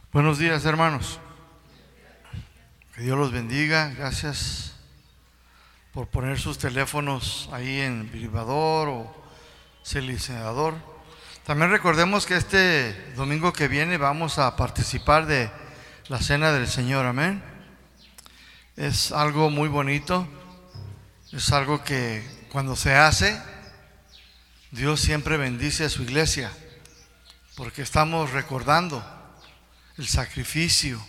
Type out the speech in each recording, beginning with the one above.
Buenos días, hermanos. Que Dios los bendiga. Gracias por poner sus teléfonos ahí en vibrador o silenciador. También recordemos que este domingo que viene vamos a participar de la Cena del Señor. Amén. Es algo muy bonito. Es algo que cuando se hace, Dios siempre bendice a su iglesia, porque estamos recordando el sacrificio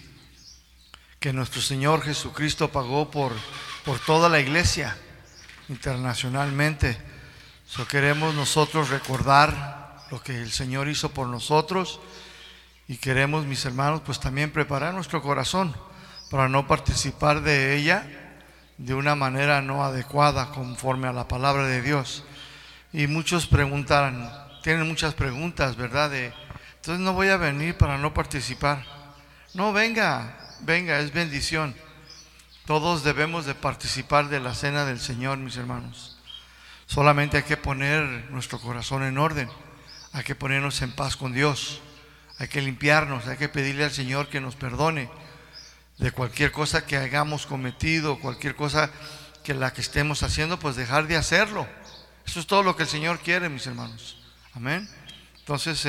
que nuestro Señor Jesucristo pagó por toda la iglesia internacionalmente. Queremos nosotros recordar lo que el Señor hizo por nosotros, y queremos, mis hermanos, pues también preparar nuestro corazón para no participar de ella de una manera no adecuada conforme a la palabra de Dios. Y muchos preguntarán, tienen muchas preguntas, ¿verdad? Entonces no voy a venir para no participar. No, venga, es bendición. Todos debemos de participar de la Cena del Señor, mis hermanos. Solamente hay que poner nuestro corazón en orden. Hay que ponernos en paz con Dios. Hay que limpiarnos, hay que pedirle al Señor que nos perdone de cualquier cosa que hayamos cometido, cualquier cosa que estemos haciendo, pues dejar de hacerlo. Eso es todo lo que el Señor quiere, mis hermanos. Amén. Entonces,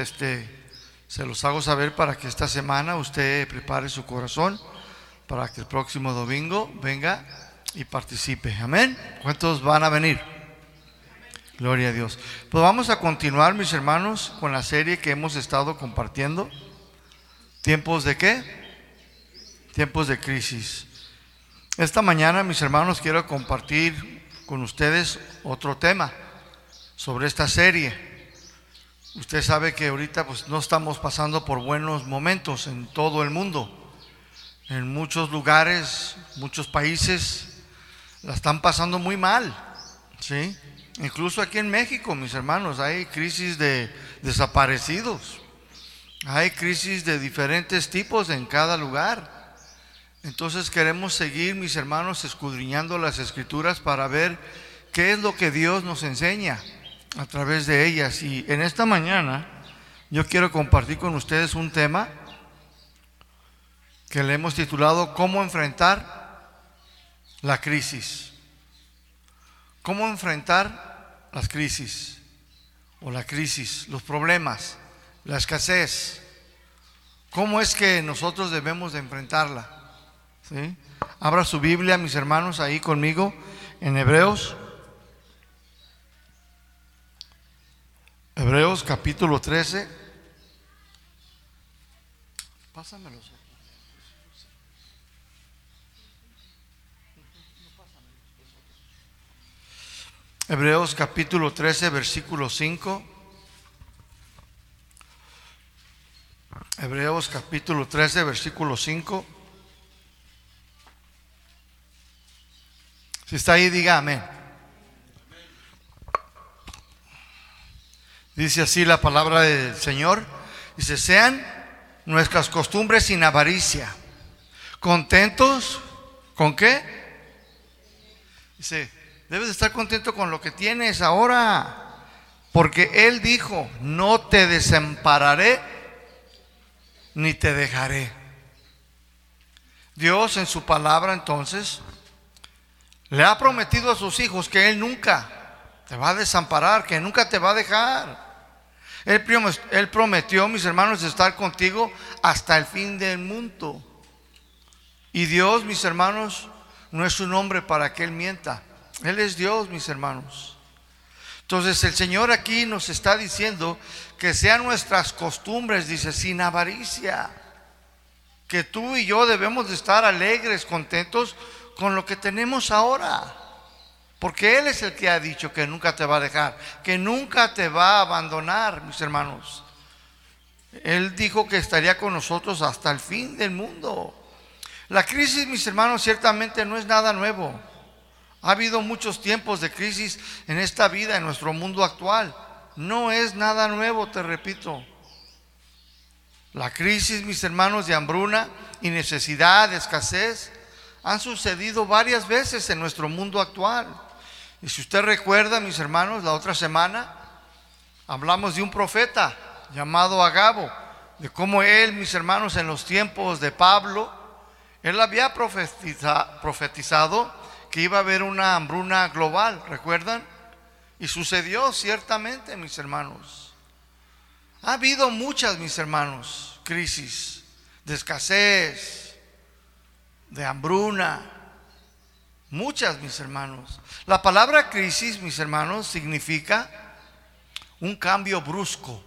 se los hago saber para que esta semana usted prepare su corazón para que el próximo domingo venga y participe. Amén. ¿Cuántos van a venir? Gloria a Dios. Pues vamos a continuar, mis hermanos, con la serie que hemos estado compartiendo. ¿Tiempos de qué? Tiempos de crisis. Esta mañana, mis hermanos, quiero compartir con ustedes otro tema sobre esta serie. Usted sabe que ahorita pues no estamos pasando por buenos momentos en todo el mundo. En muchos lugares, muchos países la están pasando muy mal, ¿sí? Incluso aquí en México, mis hermanos, hay crisis de desaparecidos. Hay crisis de diferentes tipos en cada lugar. Entonces queremos seguir, mis hermanos, escudriñando las Escrituras para ver qué es lo que Dios nos enseña a través de ellas. Y en esta mañana yo quiero compartir con ustedes un tema que le hemos titulado ¿Cómo enfrentar la crisis? ¿Cómo enfrentar las crisis o la crisis, los problemas, la escasez? ¿Cómo es que nosotros debemos de enfrentarla? ¿Sí? Abra su Biblia, mis hermanos, ahí conmigo en Hebreos capítulo 13. Pásamelos. Hebreos capítulo 13, versículo 5. Hebreos capítulo 13, versículo 5. Si está ahí, diga amén. Dice así la palabra del Señor. Dice: sean nuestras costumbres sin avaricia, contentos, ¿con qué? Dice: debes de estar contento con lo que tienes ahora, porque Él dijo: no te desampararé ni te dejaré. Dios en su palabra entonces le ha prometido a sus hijos que Él nunca te va a desamparar, que nunca te va a dejar. Él prometió, mis hermanos, estar contigo hasta el fin del mundo. Y Dios, mis hermanos, no es un hombre para que Él mienta. Él es Dios, mis hermanos. Entonces el Señor aquí nos está diciendo que sean nuestras costumbres, dice, sin avaricia. Que tú y yo debemos de estar alegres, contentos con lo que tenemos ahora, porque Él es el que ha dicho que nunca te va a dejar, que nunca te va a abandonar, mis hermanos. Él dijo que estaría con nosotros hasta el fin del mundo. La crisis, mis hermanos, ciertamente no es nada nuevo. Ha habido muchos tiempos de crisis en esta vida, en nuestro mundo actual. No es nada nuevo, te repito. La crisis, mis hermanos, de hambruna y necesidad, de escasez, han sucedido varias veces en nuestro mundo actual. Y si usted recuerda, mis hermanos, la otra semana hablamos de un profeta llamado Agabo, de cómo él, mis hermanos, en los tiempos de Pablo, él había profetizado que iba a haber una hambruna global, ¿recuerdan? Y sucedió ciertamente, mis hermanos. Ha habido muchas, mis hermanos, crisis de escasez, de hambruna, muchas, mis hermanos. La palabra crisis, mis hermanos, significa un cambio brusco.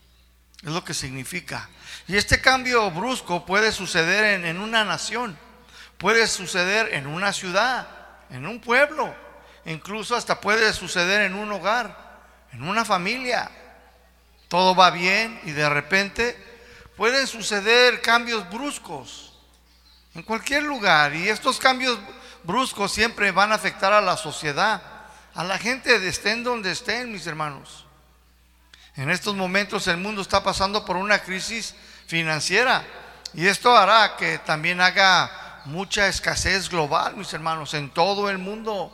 Es lo que significa. Y este cambio brusco puede suceder en una nación, puede suceder en una ciudad, en un pueblo, incluso hasta puede suceder en un hogar, en una familia. Todo va bien y de repente pueden suceder cambios bruscos en cualquier lugar. Y estos cambios bruscos siempre van a afectar a la sociedad, a la gente, estén donde estén, mis hermanos. En estos momentos el mundo está pasando por una crisis financiera y esto hará que también haga mucha escasez global, mis hermanos, en todo el mundo.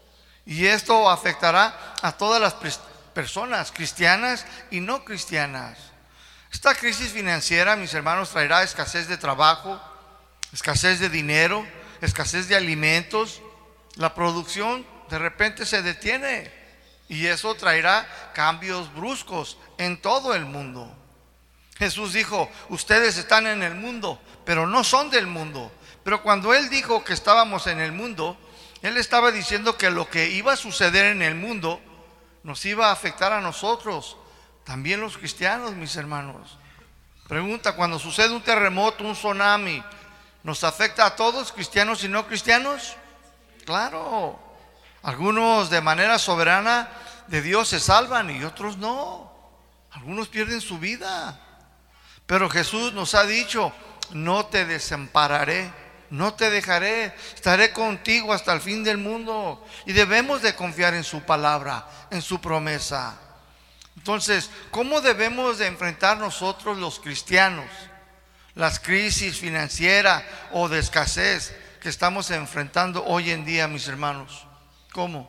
Y esto afectará a todas las personas, cristianas y no cristianas. Esta crisis financiera, mis hermanos, traerá escasez de trabajo, escasez de dinero, escasez de alimentos. La producción de repente se detiene y eso traerá cambios bruscos en todo el mundo. Jesús dijo: ustedes están en el mundo, pero no son del mundo. Pero cuando Él dijo que estábamos en el mundo, Él estaba diciendo que lo que iba a suceder en el mundo nos iba a afectar a nosotros, también los cristianos, mis hermanos. Pregunta: cuando sucede un terremoto, un tsunami, ¿nos afecta a todos, cristianos y no cristianos? Claro. Algunos de manera soberana de Dios se salvan y otros no. Algunos pierden su vida. Pero Jesús nos ha dicho: no te desampararé, no te dejaré, estaré contigo hasta el fin del mundo. Y debemos de confiar en su palabra, en su promesa. Entonces, ¿cómo debemos de enfrentar nosotros los cristianos las crisis financieras o de escasez que estamos enfrentando hoy en día, mis hermanos? ¿Cómo?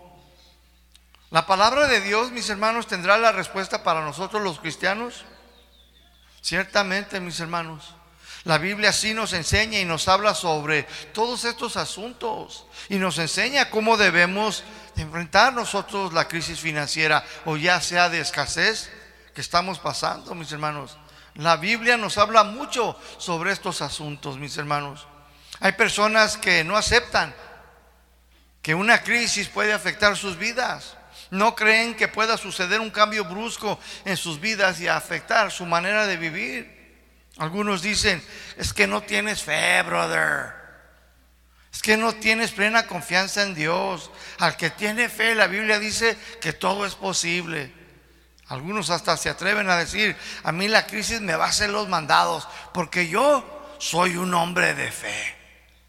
La palabra de Dios, mis hermanos, tendrá la respuesta para nosotros los cristianos. Ciertamente, mis hermanos, la Biblia sí nos enseña y nos habla sobre todos estos asuntos y nos enseña cómo debemos enfrentar nosotros la crisis financiera o ya sea de escasez que estamos pasando, mis hermanos. La Biblia nos habla mucho sobre estos asuntos, mis hermanos. Hay personas que no aceptan que una crisis puede afectar sus vidas. No creen que pueda suceder un cambio brusco en sus vidas y afectar su manera de vivir. Algunos dicen: es que no tienes fe, brother. Es que no tienes plena confianza en Dios. Al que tiene fe, la Biblia dice que todo es posible. Algunos hasta se atreven a decir: a mí la crisis me va a hacer los mandados, porque yo soy un hombre de fe.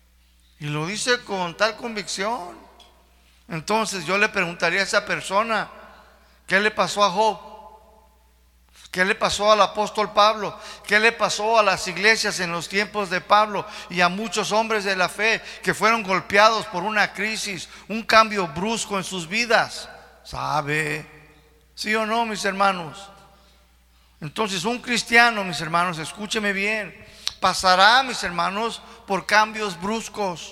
Y lo dice con tal convicción. Entonces yo le preguntaría a esa persona: ¿qué le pasó a Job? ¿Qué le pasó al apóstol Pablo? ¿Qué le pasó a las iglesias en los tiempos de Pablo y a muchos hombres de la fe que fueron golpeados por una crisis, un cambio brusco en sus vidas? ¿Sabe? ¿Sí o no, mis hermanos? Entonces un cristiano, mis hermanos, escúcheme bien, pasará, mis hermanos, por cambios bruscos.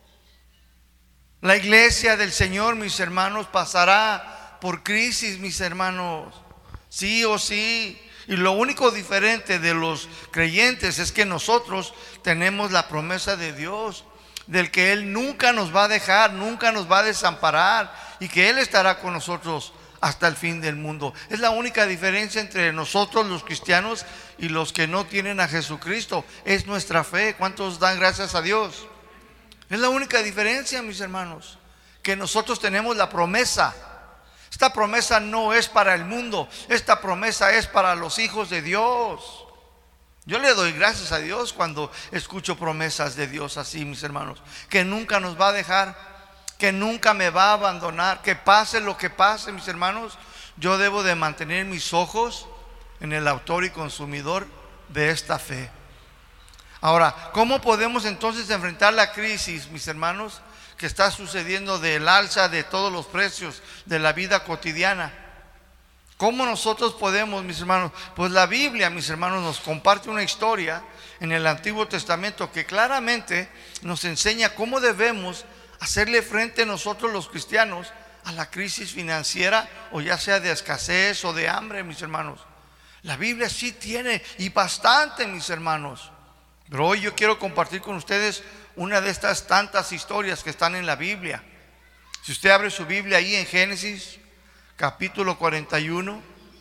La iglesia del Señor, mis hermanos, pasará por crisis, mis hermanos, sí o sí. Y lo único diferente de los creyentes es que nosotros tenemos la promesa de Dios, del que Él nunca nos va a dejar, nunca nos va a desamparar, y que Él estará con nosotros hasta el fin del mundo. Es la única diferencia entre nosotros los cristianos y los que no tienen a Jesucristo. Es nuestra fe. ¿Cuántos dan gracias a Dios? Es la única diferencia, mis hermanos, que nosotros tenemos la promesa. Esta promesa no es para el mundo, esta promesa es para los hijos de Dios. Yo le doy gracias a Dios cuando escucho promesas de Dios así, mis hermanos, que nunca nos va a dejar, que nunca me va a abandonar, que pase lo que pase, mis hermanos. Yo debo de mantener mis ojos en el autor y consumidor de esta fe. Ahora, ¿cómo podemos entonces enfrentar la crisis, mis hermanos, que está sucediendo del alza de todos los precios de la vida cotidiana? ¿Cómo nosotros podemos, mis hermanos? Pues la Biblia, mis hermanos, nos comparte una historia en el Antiguo Testamento que claramente nos enseña cómo debemos hacerle frente nosotros los cristianos a la crisis financiera, o ya sea de escasez o de hambre, mis hermanos. La Biblia sí tiene, y bastante, mis hermanos. Pero hoy yo quiero compartir con ustedes una de estas tantas historias que están en la Biblia. Si usted abre su Biblia ahí en Génesis capítulo 41,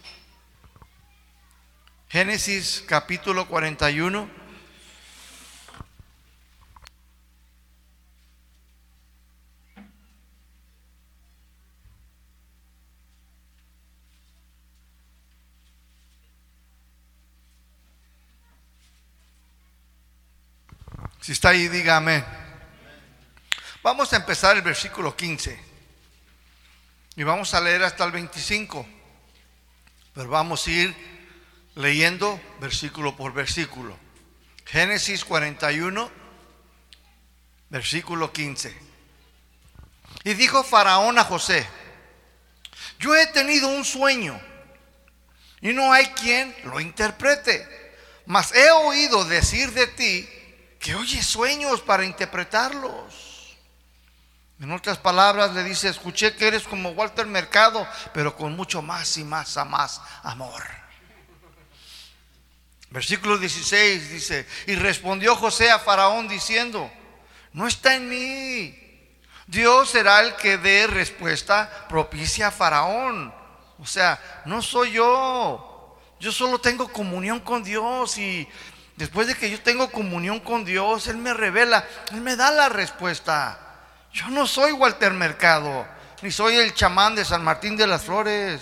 Génesis capítulo 41. Si está ahí, diga amén. Vamos a empezar el versículo 15 y vamos a leer hasta el 25, pero vamos a ir leyendo versículo por versículo. Génesis 41, versículo 15. Y dijo Faraón a José: yo he tenido un sueño y no hay quien lo interprete, mas he oído decir de ti que oyes sueños para interpretarlos. En otras palabras le dice: escuché que eres como Walter Mercado, pero con mucho más y más amor. Versículo 16 dice: y respondió José a Faraón diciendo: no está en mí. Dios será el que dé respuesta propicia a Faraón. O sea, no soy yo. Yo solo tengo comunión con Dios, y después de que yo tengo comunión con Dios, Él me revela, Él me da la respuesta. Yo no soy Walter Mercado, ni soy el chamán de San Martín de las Flores.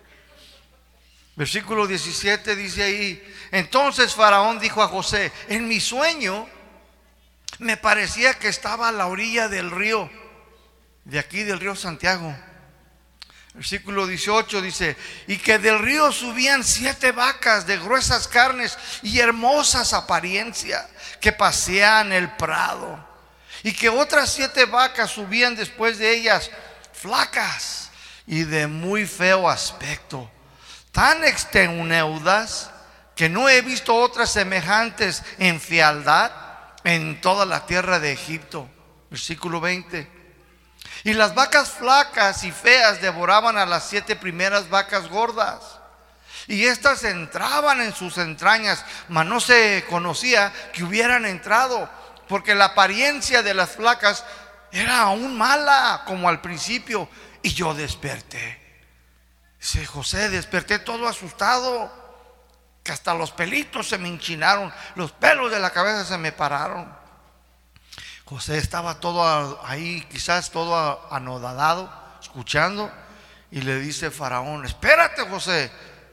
Versículo 17 dice ahí: entonces Faraón dijo a José: en mi sueño me parecía que estaba a la orilla del río, de aquí del río Santiago. Versículo 18 dice: y que del río subían 7 vacas de gruesas carnes y hermosas apariencia, que paseaban el prado, y que otras 7 vacas subían después de ellas, flacas y de muy feo aspecto, tan extenuadas que no he visto otras semejantes en fealdad en toda la tierra de Egipto. Versículo 20: y las vacas flacas y feas devoraban a las 7 primeras vacas gordas, y éstas entraban en sus entrañas, mas no se conocía que hubieran entrado, porque la apariencia de las flacas era aún mala como al principio. Y yo desperté. Dice José: desperté todo asustado, que hasta los pelitos se me enchinaron, los pelos de la cabeza se me pararon. José estaba todo ahí, quizás todo anodadado, escuchando, y le dice Faraón: espérate, José,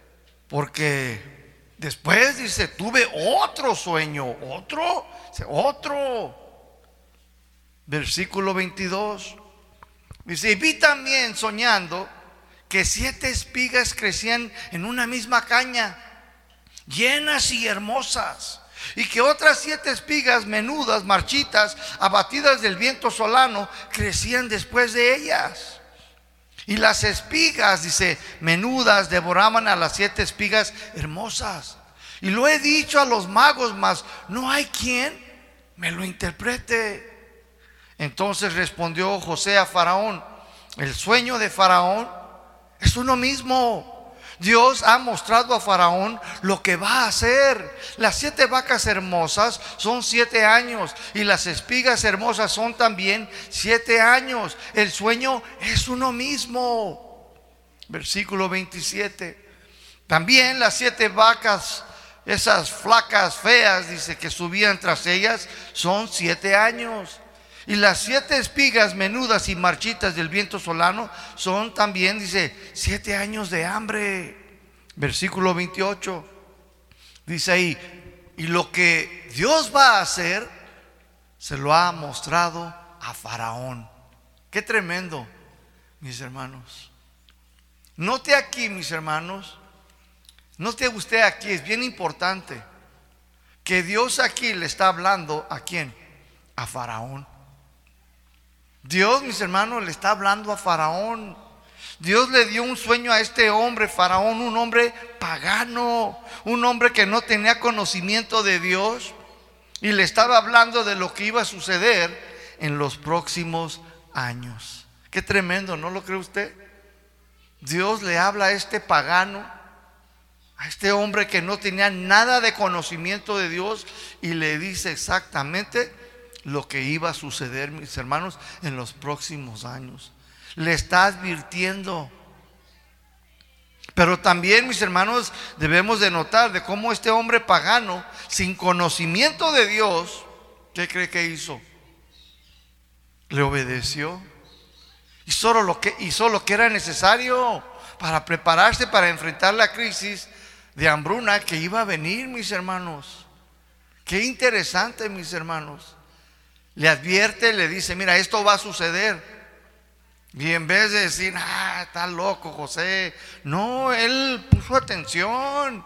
porque después dice: tuve otro sueño. Otro. Versículo 22 dice: y vi también soñando que 7 espigas crecían en una misma caña, llenas y hermosas, y que otras 7 espigas menudas, marchitas, abatidas del viento solano, crecían después de ellas. Y las espigas, dice, menudas devoraban a las 7 espigas hermosas. Y lo he dicho a los magos, mas no hay quien me lo interprete. Entonces respondió José a Faraón: el sueño de Faraón es uno mismo. Dios ha mostrado a Faraón lo que va a hacer. Las 7 vacas hermosas son 7 años, y las espigas hermosas son también 7 años. El sueño es uno mismo. Versículo 27: también las 7 vacas, esas flacas feas, dice, que subían tras ellas, son 7 años. Y las 7 espigas menudas y marchitas del viento solano son también, dice, 7 años de hambre. Versículo 28 dice ahí: y lo que Dios va a hacer se lo ha mostrado a Faraón. Qué tremendo, mis hermanos. Note aquí, mis hermanos, note usted aquí, es bien importante que Dios aquí le está hablando ¿a quién? A Faraón. Dios, mis hermanos, le está hablando a Faraón. Dios le dio un sueño a este hombre, Faraón, un hombre pagano, un hombre que no tenía conocimiento de Dios, y le estaba hablando de lo que iba a suceder en los próximos años. Qué tremendo, ¿no lo cree usted? Dios le habla a este pagano, a este hombre que no tenía nada de conocimiento de Dios, y le dice exactamente lo que iba a suceder, mis hermanos, en los próximos años. Le está advirtiendo. Pero también, mis hermanos, debemos de notar de cómo este hombre pagano, sin conocimiento de Dios, ¿qué cree que hizo? Le obedeció. Hizo lo que era necesario para prepararse para enfrentar la crisis de hambruna que iba a venir, mis hermanos. Qué interesante, mis hermanos. Le advierte, le dice, mira, esto va a suceder. Y en vez de decir, está loco José, no, él puso atención,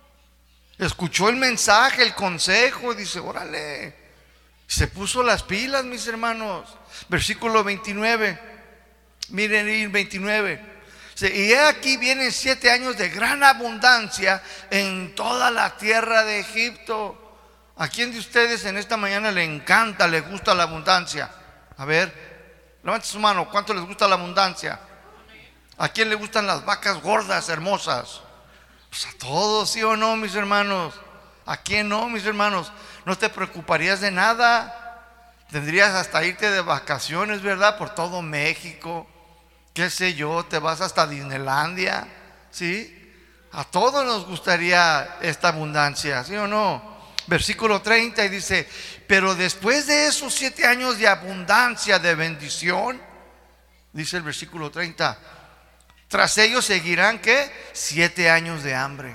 escuchó el mensaje, el consejo, y dice, órale, se puso las pilas, mis hermanos. Versículo 29, miren el 29. Y he aquí vienen 7 años de gran abundancia en toda la tierra de Egipto. ¿A quién de ustedes en esta mañana le encanta, le gusta la abundancia? A ver, levante su mano. ¿Cuánto les gusta la abundancia? ¿A quién le gustan las vacas gordas, hermosas? Pues a todos, ¿sí o no, mis hermanos? ¿A quién no, mis hermanos? No te preocuparías de nada. Tendrías hasta irte de vacaciones, ¿verdad? Por todo México. Qué sé yo, te vas hasta Disneylandia, ¿sí? A todos nos gustaría esta abundancia, ¿sí o no? Versículo 30 y dice, pero después de esos 7 años de abundancia, de bendición, dice el versículo 30, tras ellos seguirán, ¿qué? 7 años de hambre.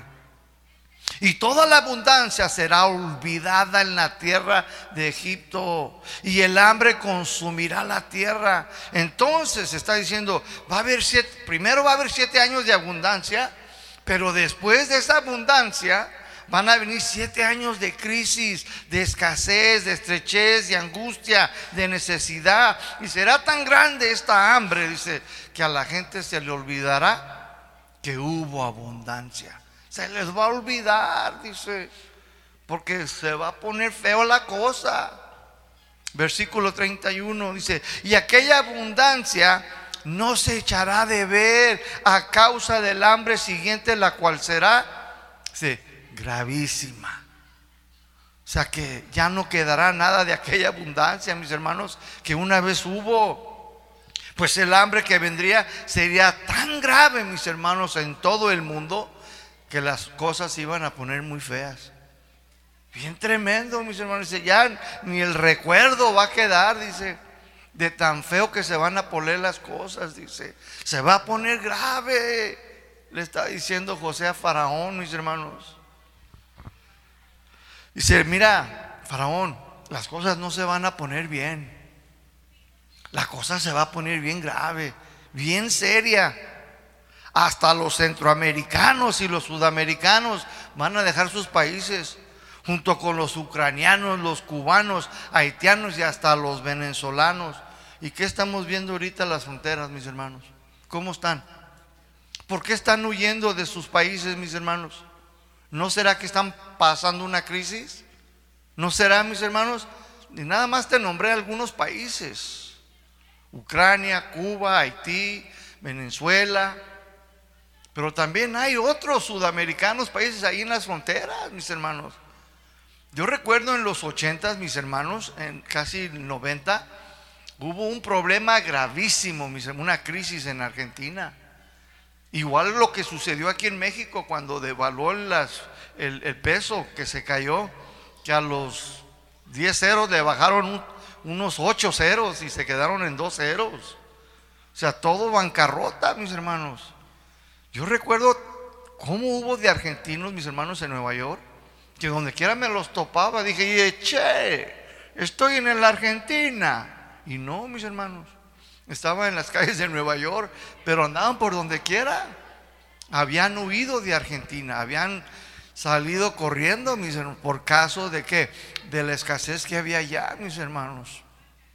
Y toda la abundancia será olvidada en la tierra de Egipto, y el hambre consumirá la tierra. Entonces está diciendo, primero va a haber 7 años de abundancia, pero después de esa abundancia van a venir 7 años de crisis, de escasez, de estrechez, de angustia, de necesidad. Y será tan grande esta hambre, dice, que a la gente se le olvidará que hubo abundancia. Se les va a olvidar, dice, porque se va a poner feo la cosa. Versículo 31 dice, y aquella abundancia no se echará de ver a causa del hambre siguiente, la cual será, dice, gravísima. O sea que ya no quedará nada de aquella abundancia, mis hermanos, que una vez hubo. Pues el hambre que vendría sería tan grave, mis hermanos, en todo el mundo, que las cosas se iban a poner muy feas. Bien tremendo, mis hermanos. Dice, ya ni el recuerdo va a quedar, dice, de tan feo que se van a poner las cosas, dice. Se va a poner grave, le está diciendo José a Faraón, mis hermanos. Dice, mira, Faraón, las cosas no se van a poner bien. La cosa se va a poner bien grave, bien seria. Hasta los centroamericanos y los sudamericanos van a dejar sus países, junto con los ucranianos, los cubanos, haitianos y hasta los venezolanos. ¿Y qué estamos viendo ahorita en las fronteras, mis hermanos? ¿Cómo están? ¿Por qué están huyendo de sus países, mis hermanos? ¿No será que están pasando una crisis? ¿No será, mis hermanos? Y nada más te nombré algunos países: Ucrania, Cuba, Haití, Venezuela. Pero también hay otros sudamericanos, países ahí en las fronteras, mis hermanos. Yo recuerdo en los 80, mis hermanos, en casi 90, hubo un problema gravísimo, una crisis en Argentina. Igual lo que sucedió aquí en México cuando devaluó el peso, que se cayó, que a los 10 ceros le bajaron unos 8 ceros y se quedaron en 2 ceros. O sea, todo bancarrota, mis hermanos. Yo recuerdo cómo hubo de argentinos, mis hermanos, en Nueva York, que donde quiera me los topaba. Dije, che, estoy en la Argentina. Y no, mis hermanos, estaba en las calles de Nueva York, pero andaban por donde quiera. Habían huido de Argentina, habían salido corriendo, mis hermanos, por caso de ¿qué? De la escasez que había allá, mis hermanos.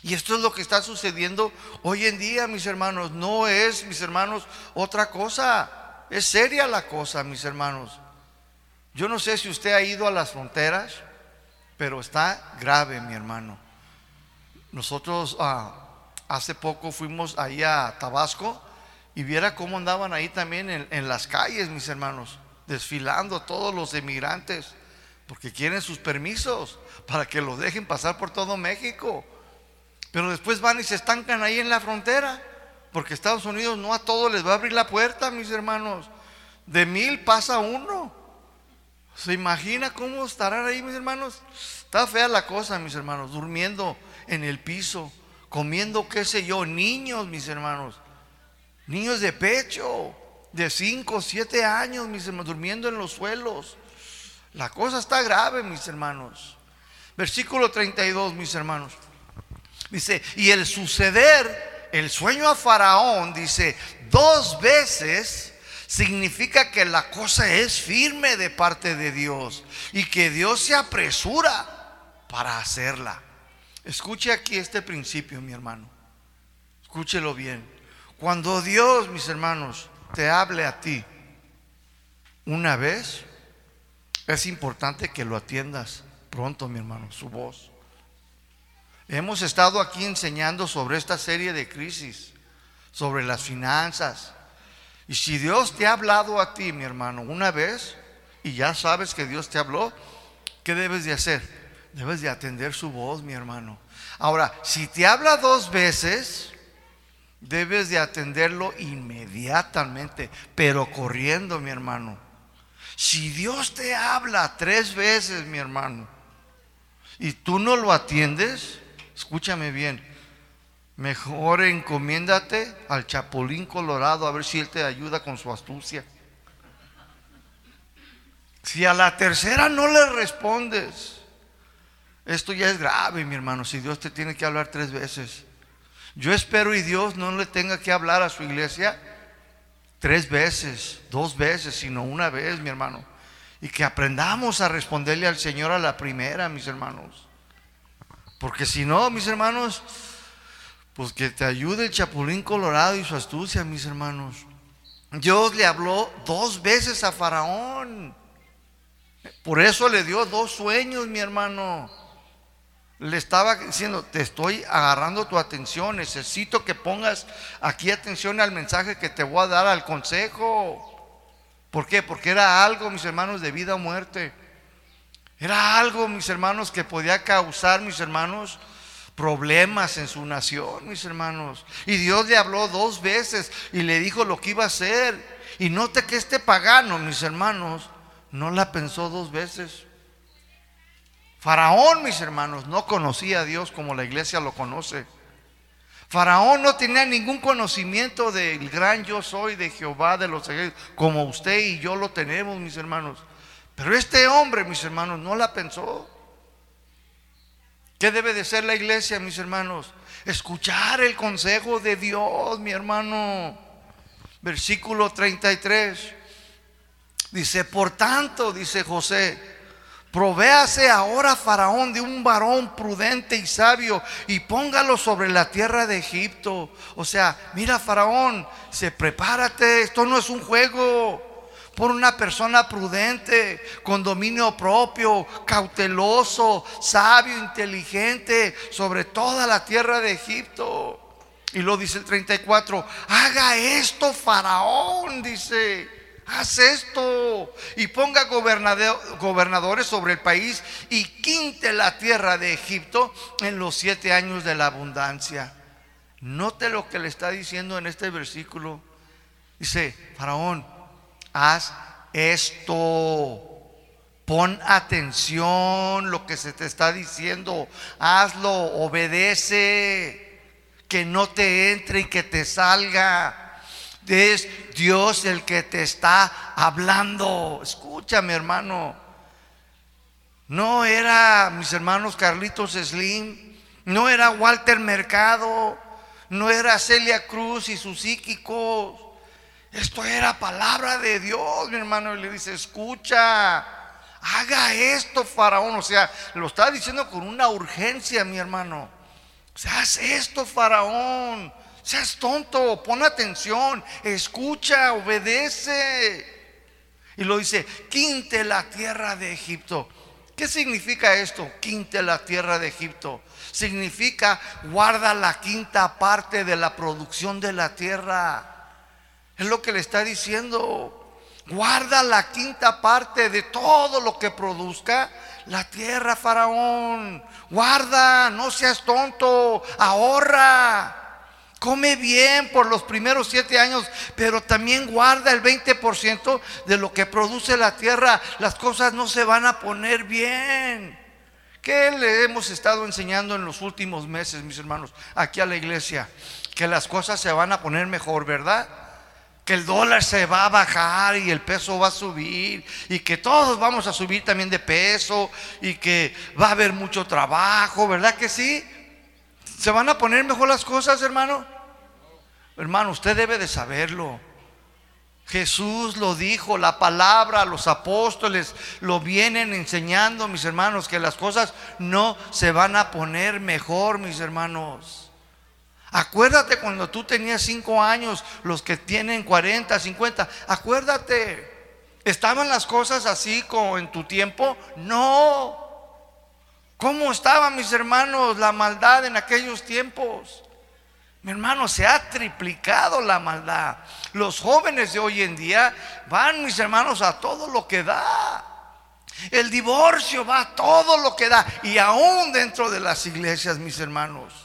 Y esto es lo que está sucediendo hoy en día, mis hermanos. No es, mis hermanos, otra cosa. Es seria la cosa, mis hermanos. Yo no sé si usted ha ido a las fronteras, pero está grave, mi hermano. Nosotros hace poco fuimos ahí a Tabasco y viera cómo andaban ahí también en las calles, mis hermanos, desfilando todos los emigrantes, porque quieren sus permisos para que los dejen pasar por todo México. Pero después van y se estancan ahí en la frontera, porque Estados Unidos no a todos les va a abrir la puerta, mis hermanos. De 1000 pasa uno. ¿Se imagina cómo estarán ahí, mis hermanos? Está fea la cosa, mis hermanos, durmiendo en el piso, comiendo, qué sé yo, niños, mis hermanos, niños de pecho, de 5, 7 años, mis hermanos, durmiendo en los suelos. La cosa está grave, mis hermanos. Versículo 32, mis hermanos. Dice, y el suceder el sueño a Faraón, dice, 2 veces significa que la cosa es firme de parte de Dios y que Dios se apresura para hacerla. Escuche aquí este principio, mi hermano. Escúchelo bien. Cuando Dios, mis hermanos, te hable a ti una vez, es importante que lo atiendas pronto, mi hermano, su voz. Hemos estado aquí enseñando sobre esta serie de crisis, sobre las finanzas. Y si Dios te ha hablado a ti, mi hermano, una vez, y ya sabes que Dios te habló, ¿qué debes de hacer? Debes de atender su voz, mi hermano. Ahora, si te habla 2 veces, debes de atenderlo inmediatamente, pero corriendo, mi hermano. Si Dios te habla 3 veces, mi hermano, y tú no lo atiendes, escúchame bien, mejor encomiéndate al chapulín colorado, a ver si él te ayuda con su astucia. Si a la tercera no le respondes, esto ya es grave, mi hermano. Si Dios te tiene que hablar 3 veces, yo espero y Dios no le tenga que hablar a su iglesia 3 veces, 2 veces, sino una vez, mi hermano. Y que aprendamos a responderle al Señor a la primera, mis hermanos. Porque si no, mis hermanos, pues que te ayude el chapulín colorado y su astucia, mis hermanos. Dios le habló 2 veces a Faraón. Por eso le dio 2 sueños, mi hermano. Le estaba diciendo, te estoy agarrando tu atención, necesito que pongas aquí atención al mensaje que te voy a dar, al consejo. ¿Por qué? Porque era algo, mis hermanos, de vida o muerte. Era algo, mis hermanos, que podía causar, mis hermanos, problemas en su nación, mis hermanos. Y Dios le habló 2 veces y le dijo lo que iba a hacer. Y note que este pagano, mis hermanos, no la pensó 2 veces. Faraón, mis hermanos, no conocía a Dios como la iglesia lo conoce. Faraón no tenía ningún conocimiento del gran yo soy de Jehová de los ejércitos, como usted y yo lo tenemos, mis hermanos. Pero este hombre, mis hermanos, no la pensó. ¿Qué debe de ser la iglesia, mis hermanos? Escuchar el consejo de Dios, mi hermano. Versículo 33. Dice, por tanto, dice José, provéase ahora Faraón de un varón prudente y sabio y póngalo sobre la tierra de Egipto. O sea, mira, Faraón, prepárate, esto no es un juego. Por una persona prudente, con dominio propio, cauteloso, sabio, inteligente, sobre toda la tierra de Egipto. Y lo dice el 34, haga esto Faraón, dice, haz esto y ponga gobernadores sobre el país y quinte la tierra de Egipto en los 7 años de la abundancia. Note lo que le está diciendo en este versículo. Dice, Faraón, haz esto, pon atención lo que se te está diciendo, hazlo, obedece, que no te entre y que te salga. Es Dios el que te está hablando. Escúchame, hermano. No era, mis hermanos, Carlitos Slim, no era Walter Mercado, no era Celia Cruz y sus psíquicos. Esto era palabra de Dios, mi hermano. Y le dice, escucha, haga esto Faraón. O sea, lo está diciendo con una urgencia, mi hermano. Haz esto, Faraón. Seas tonto, pon atención, escucha, obedece. Y lo dice: quinte la tierra de Egipto. ¿Qué significa esto? Quinte la tierra de Egipto. Significa guarda la quinta parte de la producción de la tierra. Es lo que le está diciendo. Guarda la quinta parte de todo lo que produzca la tierra, Faraón. Guarda, no seas tonto, ahorra. Come bien por los primeros 7 años, pero también guarda el 20% de lo que produce la tierra. Las cosas no se van a poner bien. ¿Qué le hemos estado enseñando en los últimos meses, mis hermanos, aquí a la iglesia? Que las cosas se van a poner mejor, ¿verdad? Que el dólar se va a bajar y el peso va a subir, y que todos vamos a subir también de peso, y que va a haber mucho trabajo, ¿verdad que sí? ¿Se van a poner mejor las cosas, hermano? Hermano, usted debe de saberlo. Jesús lo dijo, la palabra, los apóstoles lo vienen enseñando, mis hermanos, que las cosas no se van a poner mejor, mis hermanos. Acuérdate cuando tú tenías 5 años, los que tienen 40, 50, acuérdate, ¿estaban las cosas así como en tu tiempo? No. ¿Cómo estaba, mis hermanos, la maldad en aquellos tiempos? Mi hermano, se ha triplicado la maldad. Los jóvenes de hoy en día van, mis hermanos, a todo lo que da. El divorcio va a todo lo que da, y aún dentro de las iglesias, mis hermanos.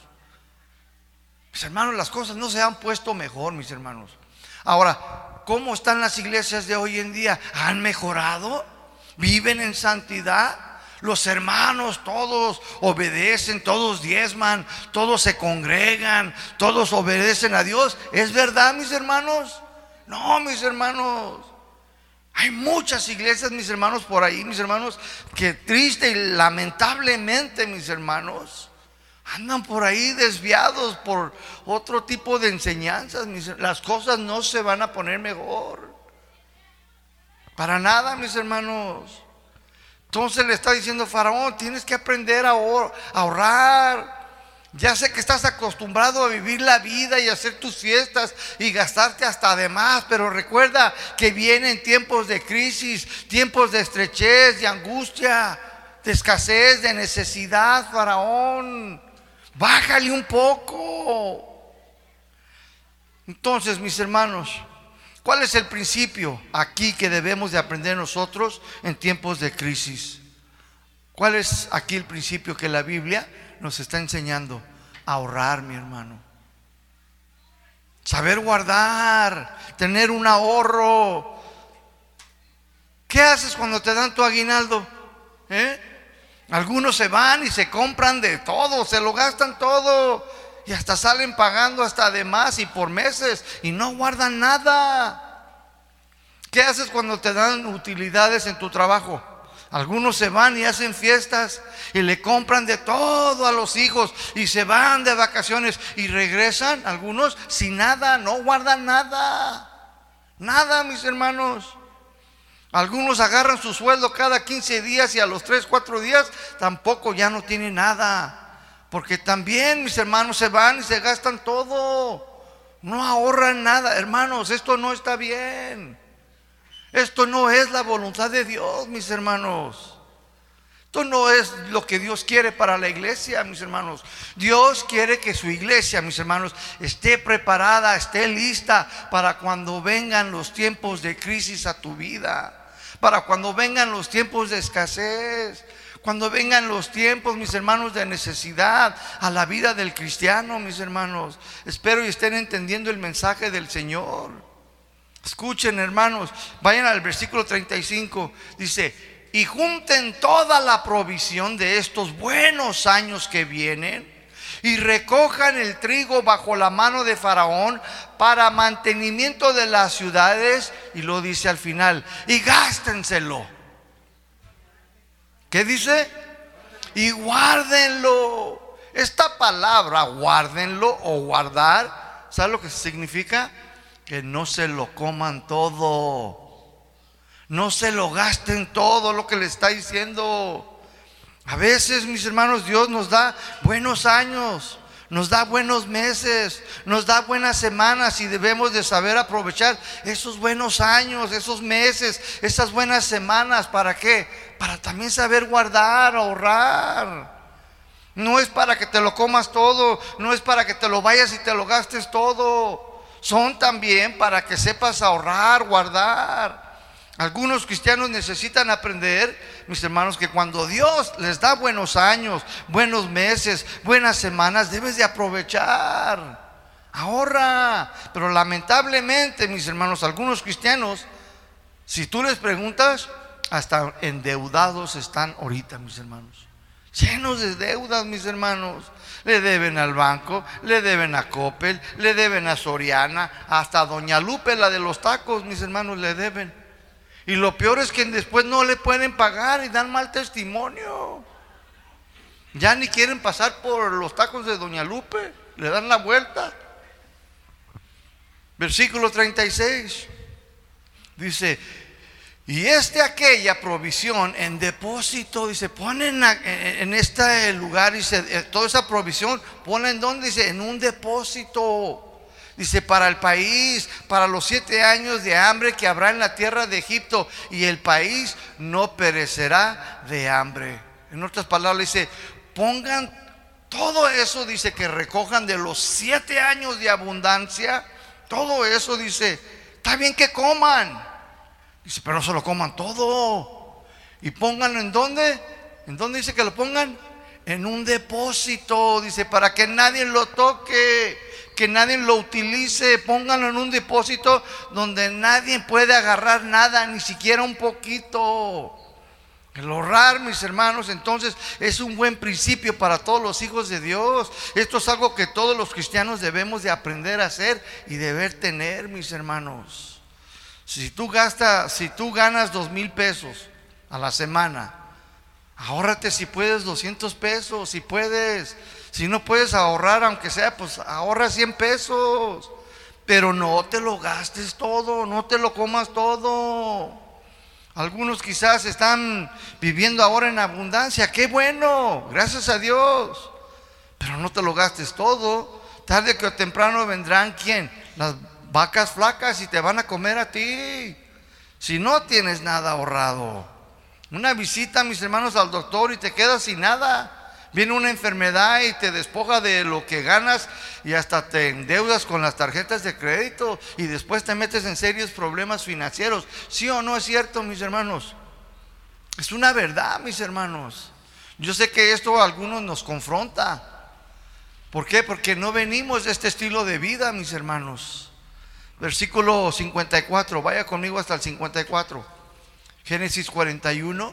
Mis hermanos, las cosas no se han puesto mejor, mis hermanos. Ahora, ¿cómo están las iglesias de hoy en día? ¿Han mejorado? ¿Viven en santidad? Los hermanos todos obedecen, todos diezman, todos se congregan, todos obedecen a Dios. ¿Es verdad, mis hermanos? No, mis hermanos. Hay muchas iglesias, mis hermanos, por ahí, mis hermanos, que triste y lamentablemente, mis hermanos, andan por ahí desviados por otro tipo de enseñanzas. Las cosas no se van a poner mejor. Para nada, mis hermanos. Entonces le está diciendo Faraón: tienes que aprender a ahorrar. Ya sé que estás acostumbrado a vivir la vida y hacer tus fiestas y gastarte hasta de más, pero recuerda que vienen tiempos de crisis, tiempos de estrechez, de angustia, de escasez, de necesidad, Faraón. Bájale un poco. Entonces, mis hermanos, ¿cuál es el principio aquí que debemos de aprender nosotros en tiempos de crisis? ¿Cuál es aquí el principio que la Biblia nos está enseñando? Ahorrar, mi hermano. Saber guardar, tener un ahorro. ¿Qué haces cuando te dan tu aguinaldo? Algunos se van y se compran de todo, se lo gastan todo, y hasta salen pagando hasta de más y por meses, y no guardan nada. ¿Qué haces cuando te dan utilidades en tu trabajo? Algunos se van y hacen fiestas y le compran de todo a los hijos, y se van de vacaciones y regresan algunos sin nada, no guardan nada. Nada, mis hermanos. Algunos agarran su sueldo cada 15 días y a los 3, 4 días tampoco ya no tienen nada, porque también, mis hermanos, se van y se gastan todo. No ahorran nada. Hermanos, esto no está bien. Esto no es la voluntad de Dios, mis hermanos. Esto no es lo que Dios quiere para la iglesia, mis hermanos. Dios quiere que su iglesia, mis hermanos, esté preparada, esté lista para cuando vengan los tiempos de crisis a tu vida, para cuando vengan los tiempos de escasez, cuando vengan los tiempos, mis hermanos, de necesidad a la vida del cristiano, mis hermanos. Espero y estén entendiendo el mensaje del Señor. Escuchen, hermanos, vayan al versículo 35. Dice: y junten toda la provisión de estos buenos años que vienen, y recojan el trigo bajo la mano de Faraón para mantenimiento de las ciudades. Y lo dice al final: y gástenselo. ¿Qué dice? Y guárdenlo. Esta palabra, guárdenlo o guardar, ¿sabe lo que significa? Que no se lo coman todo, no se lo gasten todo, lo que le está diciendo. A veces, mis hermanos, Dios nos da buenos años, Nos da buenos meses, nos da buenas semanas y debemos de saber aprovechar esos buenos años, esos meses, esas buenas semanas. ¿Para qué? Para también saber guardar, ahorrar. No es para que te lo comas todo, no es para que te lo vayas y te lo gastes todo. Son también para que sepas ahorrar, guardar. Algunos cristianos necesitan aprender, mis hermanos, que cuando Dios les da buenos años, buenos meses, buenas semanas, debes de aprovechar. Ahorra. Pero lamentablemente, mis hermanos, algunos cristianos, si tú les preguntas, hasta endeudados están ahorita, mis hermanos. Llenos de deudas, mis hermanos. Le deben al banco, le deben a Coppel, le deben a Soriana, hasta a Doña Lupe, la de los tacos, mis hermanos, le deben. Y lo peor es que después no le pueden pagar y dan mal testimonio. Ya ni quieren pasar por los tacos de Doña Lupe, le dan la vuelta. Versículo 36 dice: y aquella provisión en depósito, dice, ponen en este lugar, dice, toda esa provisión, ponen ¿dónde? Dice, en un depósito. Dice, para el país, para los 7 años de hambre que habrá en la tierra de Egipto, y el país no perecerá de hambre. En otras palabras, dice, pongan todo eso, dice, que recojan de los 7 años de abundancia. Todo eso, dice, está bien que coman. Dice, pero no se lo coman todo. Y pónganlo ¿en dónde? ¿En dónde dice que lo pongan? En un depósito, dice, para que nadie lo toque, que nadie lo utilice. Pónganlo en un depósito donde nadie puede agarrar nada, ni siquiera un poquito. El ahorrar, mis hermanos, entonces es un buen principio para todos los hijos de Dios. Esto es algo que todos los cristianos debemos de aprender a hacer y deber tener, mis hermanos. Si tú ganas 2,000 pesos a la semana, ahórrate si puedes 200 pesos, si puedes. Si no puedes ahorrar, aunque sea, pues ahorra 100 pesos. Pero no te lo gastes todo, no te lo comas todo. Algunos quizás están viviendo ahora en abundancia. ¡Qué bueno! Gracias a Dios. Pero no te lo gastes todo. Tarde o temprano vendrán, ¿quién? Las vacas flacas y te van a comer a ti. Si no tienes nada ahorrado. Una visita, mis hermanos, al doctor y te quedas sin nada. Viene una enfermedad y te despoja de lo que ganas y hasta te endeudas con las tarjetas de crédito y después te metes en serios problemas financieros. ¿Sí o no es cierto, mis hermanos? Es una verdad, mis hermanos. Yo sé que esto a algunos nos confronta. ¿Por qué? Porque no venimos de este estilo de vida, mis hermanos. Versículo 54, vaya conmigo hasta el 54. Génesis 41,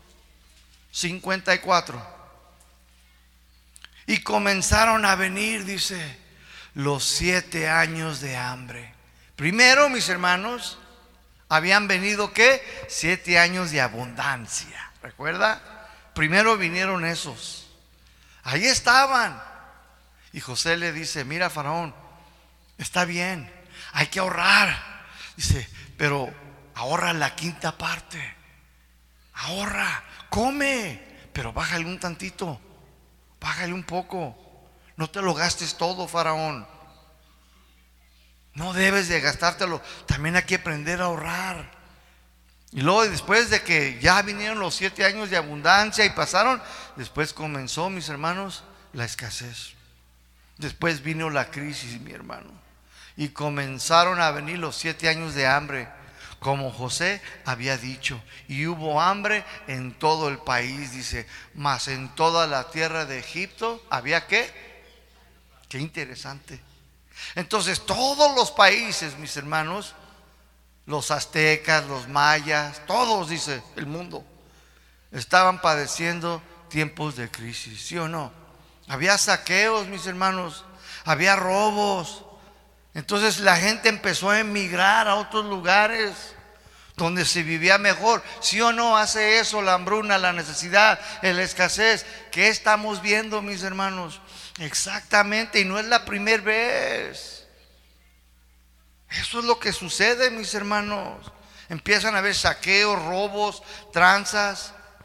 54. Y comenzaron a venir, dice, los 7 años de hambre. Primero, mis hermanos, habían venido ¿qué? 7 años de abundancia. ¿Recuerda? Primero vinieron esos. Ahí estaban. Y José le dice, mira, Faraón, está bien, hay que ahorrar. Dice, pero ahorra la quinta parte. Ahorra, come, pero bájale un tantito. Bájale un poco. No te lo gastes todo, Faraón. No debes de gastártelo. También hay que aprender a ahorrar. Y luego después de que ya vinieron los 7 años de abundancia y pasaron, después comenzó, mis hermanos, la escasez. Después vino la crisis, mi hermano. Y comenzaron a venir los 7 años de hambre, como José había dicho. Y hubo hambre en todo el país, dice. Mas en toda la tierra de Egipto había ¿qué? Qué interesante. Entonces todos los países, mis hermanos, los aztecas, los mayas, todos, dice el mundo, estaban padeciendo tiempos de crisis, ¿sí o no? Había saqueos, mis hermanos, había robos. Entonces la gente empezó a emigrar a otros lugares donde se vivía mejor. ¿Sí o no hace eso la hambruna, la necesidad, la escasez? ¿Qué estamos viendo, mis hermanos? Exactamente, y no es la primera vez. Eso es lo que sucede, mis hermanos. Empiezan a haber saqueos, robos, tranzas.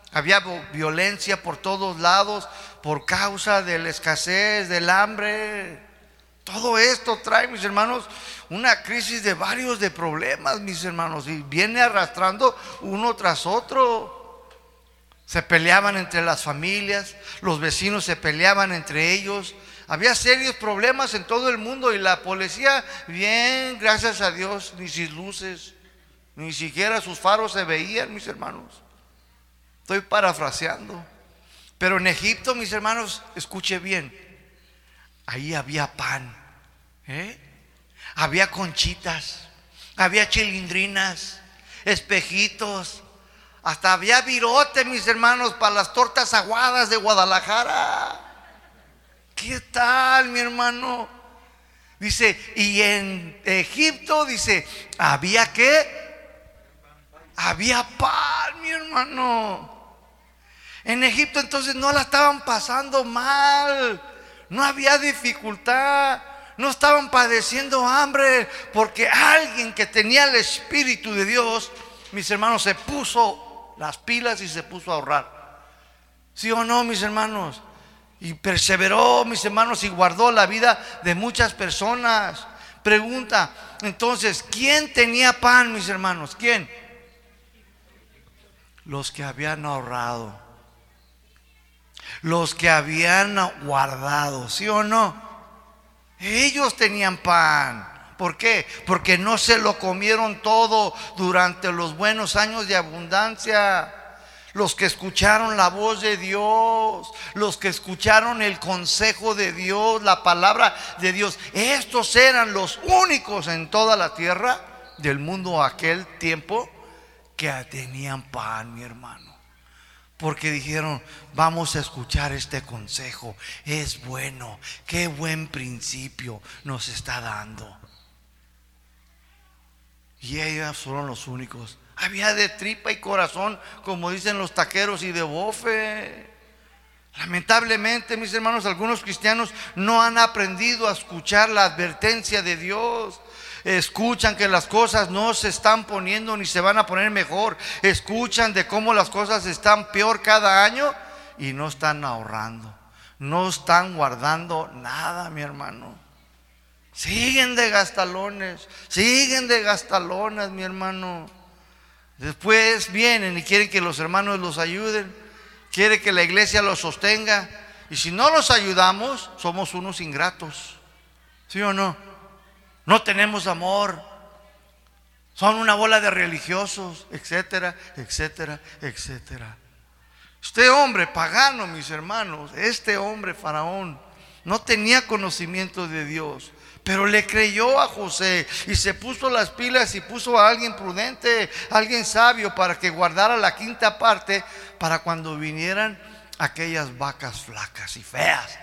Había violencia por todos lados por causa de la escasez, del hambre. Todo esto trae, mis hermanos, una crisis de varios de problemas, mis hermanos, y viene arrastrando uno tras otro. Se peleaban entre las familias, los vecinos se peleaban entre ellos. Había serios problemas en todo el mundo y la policía, bien, gracias a Dios, ni sus luces, ni siquiera sus faros se veían, mis hermanos. Estoy parafraseando. Pero en Egipto, mis hermanos, escuche bien, ahí había pan, había conchitas, había chilindrinas, espejitos, hasta había virote, mis hermanos, para las tortas aguadas de Guadalajara. ¿Qué tal, mi hermano? Dice, y en Egipto, dice, ¿había qué? Había pan, mi hermano. En Egipto entonces no la estaban pasando mal, no había dificultad, no estaban padeciendo hambre, porque alguien que tenía el Espíritu de Dios, mis hermanos, se puso las pilas y se puso a ahorrar. ¿Sí o no, mis hermanos? Y perseveró, mis hermanos, y guardó la vida de muchas personas. Pregunta, entonces, ¿quién tenía pan, mis hermanos? ¿Quién? Los que habían ahorrado, los que habían guardado, ¿sí o no? Ellos tenían pan. ¿Por qué? Porque no se lo comieron todo durante los buenos años de abundancia. Los que escucharon la voz de Dios, los que escucharon el consejo de Dios, la palabra de Dios, estos eran los únicos en toda la tierra del mundo aquel tiempo que tenían pan, mi hermano. Porque dijeron, vamos a escuchar este consejo, es bueno, qué buen principio nos está dando. Y ellos fueron los únicos. Había de tripa y corazón, como dicen los taqueros, y de bofe. Lamentablemente, mis hermanos, algunos cristianos no han aprendido a escuchar la advertencia de Dios. Escuchan que las cosas no se están poniendo ni se van a poner mejor. Escuchan de cómo las cosas están peor cada año y no están ahorrando, no están guardando nada, mi hermano. Siguen de gastalones, mi hermano. Después vienen y quieren que los hermanos los ayuden, quieren que la iglesia los sostenga, y si no los ayudamos, somos unos ingratos. ¿Sí o no? No tenemos amor, son una bola de religiosos, etcétera, etcétera, etcétera. Este hombre pagano, mis hermanos, este hombre faraón, no tenía conocimiento de Dios, pero le creyó a José y se puso las pilas y puso a alguien prudente, alguien sabio, para que guardara la quinta parte para cuando vinieran aquellas vacas flacas y feas.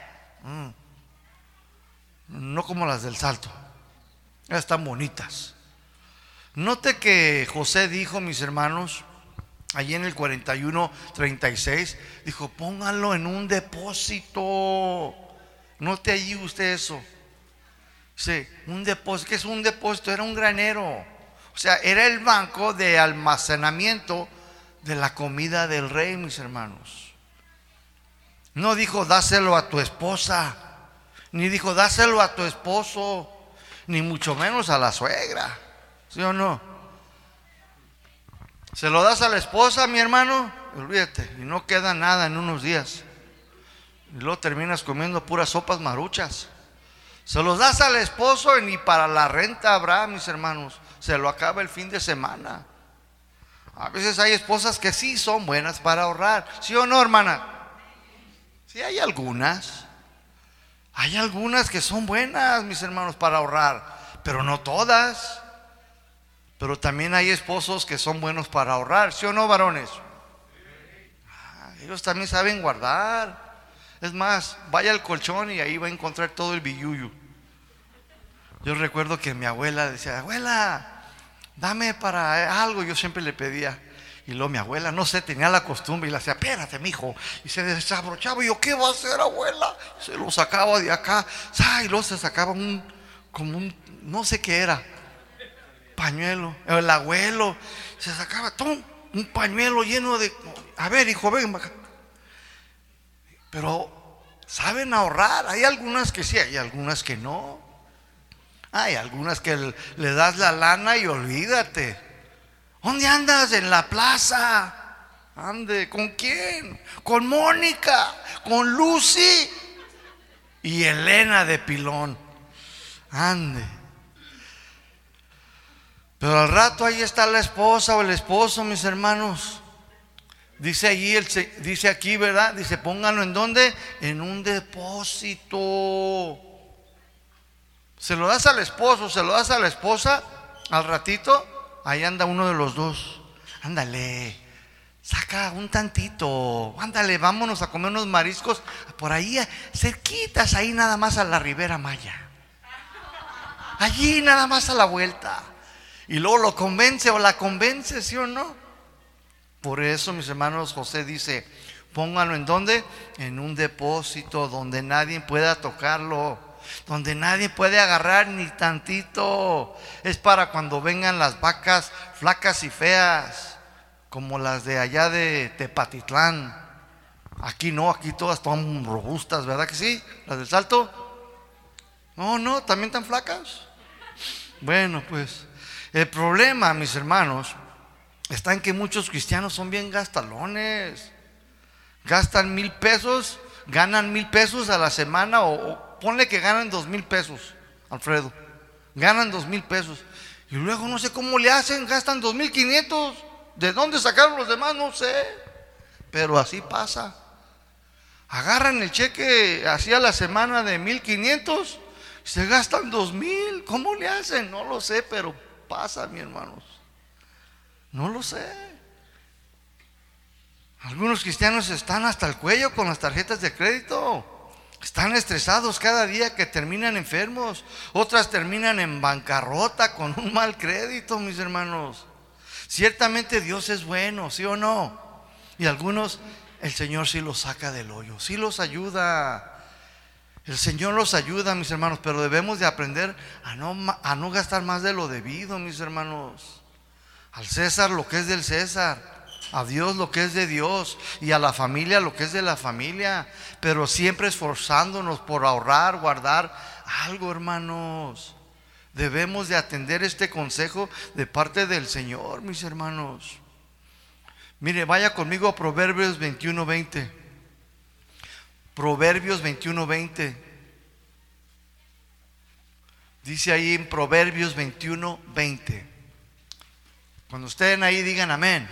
No como las del Salto, están bonitas. Note que José dijo, mis hermanos, allí en el 41:36, dijo, pónganlo en un depósito. Note allí usted eso. Sí, un depósito. ¿Qué es un depósito? Era un granero. O sea, era el banco de almacenamiento de la comida del rey, mis hermanos. No dijo, dáselo a tu esposa, ni dijo, dáselo a tu esposo, ni mucho menos a la suegra. ¿Sí o no? Se lo das a la esposa, mi hermano, olvídate, y no queda nada en unos días. Y luego terminas comiendo puras sopas maruchas. Se los das al esposo y ni para la renta habrá, mis hermanos. Se lo acaba el fin de semana. A veces hay esposas que sí son buenas para ahorrar. ¿Sí o no, hermana? Sí, hay algunas. Hay algunas que son buenas, mis hermanos, para ahorrar, pero no todas. Pero también hay esposos que son buenos para ahorrar. ¿Sí o no, varones? Ellos también saben guardar. Es más, vaya al colchón y ahí va a encontrar todo el billuyo. Yo recuerdo que mi abuela decía, abuela, dame para algo. Yo siempre le pedía. Y luego mi abuela, no sé, tenía la costumbre y le decía, espérate, mijo. Y se desabrochaba. Y yo, ¿qué va a hacer, abuela? Se lo sacaba de acá. Y luego se sacaba como un, no sé qué era, pañuelo. El abuelo se sacaba, ¡tum! un pañuelo lleno de... A ver, hijo, ven acá. Pero saben ahorrar. Hay algunas que sí, hay algunas que no. Hay algunas que le das la lana y olvídate. ¿Dónde andas? En la plaza. Ande, ¿con quién? Con Mónica, con Lucy y Elena de pilón. Ande. Pero al rato ahí está la esposa o el esposo, mis hermanos. Dice allí, dice aquí, ¿verdad? Dice, pónganlo ¿en dónde? En un depósito. Se lo das al esposo, se lo das a la esposa, al ratito, ahí anda uno de los dos. Ándale, saca un tantito, ándale, vámonos a comer unos mariscos por ahí, cerquitas, ahí nada más a la Ribera Maya. Allí nada más a la vuelta. Y luego lo convence o la convence, ¿sí o no? Por eso, mis hermanos, José dice, pónganlo ¿en dónde? En un depósito donde nadie pueda tocarlo, donde nadie puede agarrar ni tantito. Es para cuando vengan las vacas flacas y feas, como las de allá de Tepatitlán. Aquí no, aquí todas están robustas, ¿verdad que sí? Las del Salto. No, también tan flacas. Bueno, pues el problema, mis hermanos, está en que muchos cristianos son bien gastalones. Gastan 1,000 pesos, ganan 1,000 pesos a la semana, o ponle que ganan 2,000 pesos, Alfredo. Ganan 2,000 pesos. Y luego no sé cómo le hacen, gastan 2,500. ¿De dónde sacaron los demás? No sé. Pero así pasa. Agarran el cheque así a la semana de 1,500, se gastan 2,000. ¿Cómo le hacen? No lo sé, pero pasa, mis hermanos. No lo sé. Algunos cristianos están hasta el cuello con las tarjetas de crédito. Están estresados cada día que terminan enfermos. Otras terminan en bancarrota con un mal crédito, mis hermanos. Ciertamente Dios es bueno, ¿sí o no? Y algunos, el Señor sí los saca del hoyo, sí los ayuda. El Señor los ayuda, mis hermanos, pero debemos de aprender a no gastar más de lo debido, mis hermanos. Al César lo que es del César, a Dios lo que es de Dios, y a la familia lo que es de la familia, pero siempre esforzándonos por ahorrar, guardar algo, hermanos. Debemos de atender este consejo de parte del Señor, mis hermanos. Mire, vaya conmigo a Proverbios 21:20. Proverbios 21:20. Dice ahí en Proverbios 21:20. Cuando estén ahí digan amén.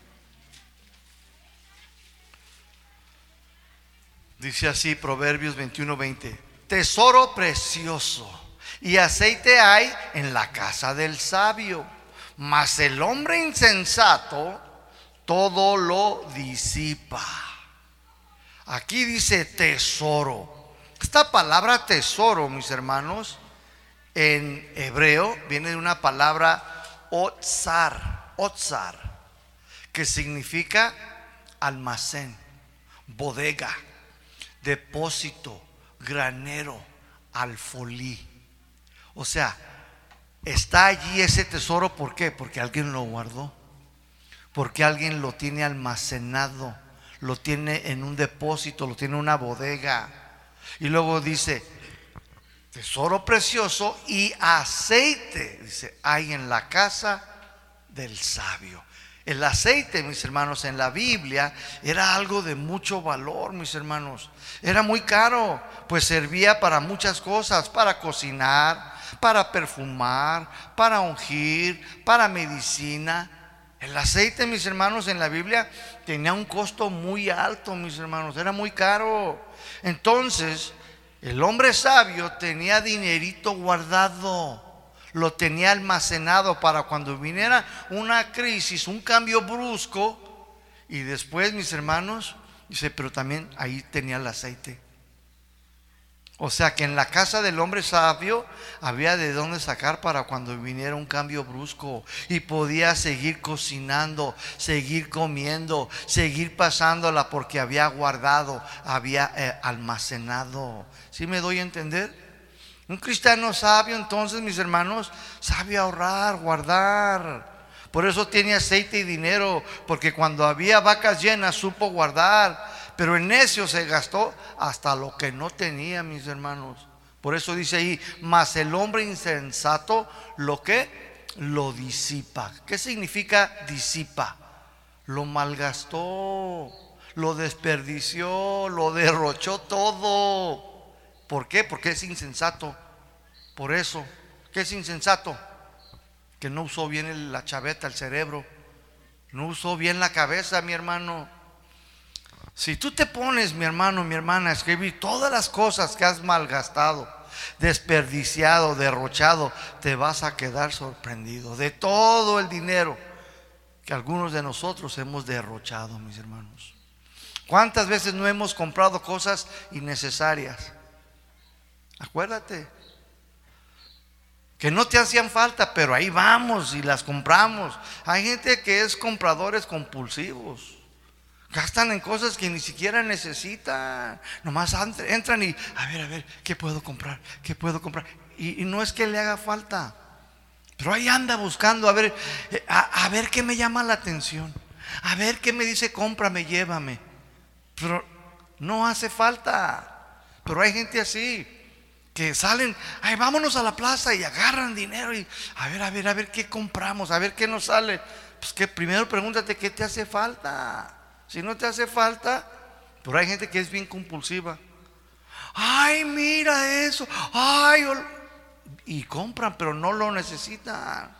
Dice así Proverbios 21:20. Tesoro precioso y aceite hay en la casa del sabio, mas el hombre insensato todo lo disipa. Aquí dice tesoro. Esta palabra tesoro, mis hermanos, en hebreo viene de una palabra otzar, que significa almacén, bodega, depósito, granero, alfolí. O sea, está allí ese tesoro. ¿Por qué? Porque alguien lo guardó, porque alguien lo tiene almacenado, lo tiene en un depósito, lo tiene en una bodega. Y luego dice tesoro precioso y aceite, dice, hay en la casa del sabio. El aceite, mis hermanos, en la Biblia era algo de mucho valor, mis hermanos. Era muy caro, pues servía para muchas cosas, para cocinar, para perfumar, para ungir, para medicina. El aceite, mis hermanos, en la Biblia tenía un costo muy alto, mis hermanos, era muy caro. Entonces, el hombre sabio tenía dinerito guardado, lo tenía almacenado para cuando viniera una crisis, un cambio brusco. Y después, mis hermanos, dice, pero también ahí tenía el aceite. O sea que en la casa del hombre sabio había de dónde sacar para cuando viniera un cambio brusco, y podía seguir cocinando, seguir comiendo, seguir pasándola, porque había guardado, había almacenado. ¿Sí me doy a entender? Un cristiano sabio, entonces, mis hermanos, sabe ahorrar, guardar, Por eso tiene aceite y dinero, porque cuando había vacas llenas supo guardar. Pero el necio se gastó hasta lo que no tenía, mis hermanos. Por eso dice ahí, mas el hombre insensato, ¿lo qué? Lo disipa. ¿Qué significa disipa? Lo malgastó, lo desperdició, lo derrochó todo. ¿Por qué? Porque es insensato. Por eso, ¿qué es insensato? Que no usó bien la chaveta, el cerebro. No usó bien la cabeza, mi hermano. Si tú te pones, mi hermano, mi hermana, a escribir todas las cosas que has malgastado, desperdiciado, derrochado, te vas a quedar sorprendido de todo el dinero que algunos de nosotros hemos derrochado, mis hermanos. ¿Cuántas veces no hemos comprado cosas innecesarias? Acuérdate que no te hacían falta, pero ahí vamos y las compramos. Hay gente que es compradores compulsivos. Gastan en cosas que ni siquiera necesitan. Nomás entran y a ver, ¿qué puedo comprar? ¿Qué puedo comprar? Y no es que le haga falta, pero ahí anda buscando a ver qué me llama la atención, a ver qué me dice, cómprame, llévame. Pero no hace falta. Pero hay gente así que salen, ay, vámonos a la plaza, y agarran dinero y a ver qué compramos, a ver qué nos sale. Pues que primero pregúntate qué te hace falta. Si no te hace falta, pero hay gente que es bien compulsiva. Ay, mira eso, ay, y compran, pero no lo necesitan.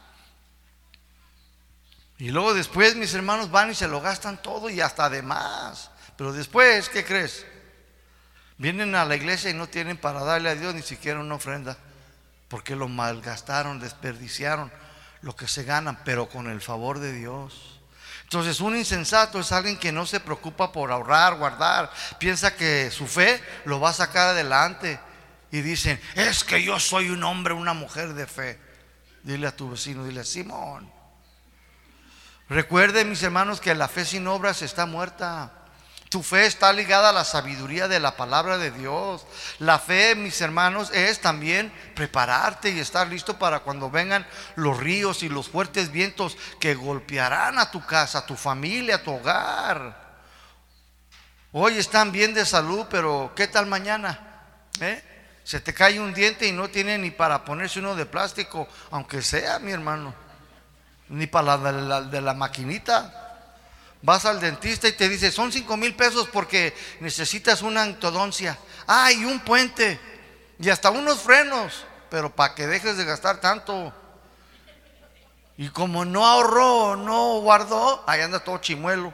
Y luego después, mis hermanos, van y se lo gastan todo y hasta de más. Pero después, ¿qué crees? Vienen a la iglesia y no tienen para darle a Dios ni siquiera una ofrenda, porque lo malgastaron, desperdiciaron lo que se ganan, pero con el favor de Dios. Entonces, un insensato es alguien que no se preocupa por ahorrar, guardar. Piensa que su fe lo va a sacar adelante. Y dicen, es que yo soy un hombre, una mujer de fe. Dile a tu vecino, dile, Simón, recuerde, mis hermanos, que la fe sin obras está muerta. Tu fe está ligada a la sabiduría de la palabra de Dios. La fe, mis hermanos, es también prepararte y estar listo para cuando vengan los ríos y los fuertes vientos que golpearán a tu casa, a tu familia, a tu hogar. Hoy están bien de salud, pero ¿qué tal mañana? Se te cae un diente y no tiene ni para ponerse uno de plástico, aunque sea, mi hermano, ni para la de la maquinita. Vas al dentista y te dice, son 5,000 pesos porque necesitas una endodoncia. Y un puente y hasta unos frenos, pero para que dejes de gastar tanto. Y como no ahorró, no guardó, ahí anda todo chimuelo.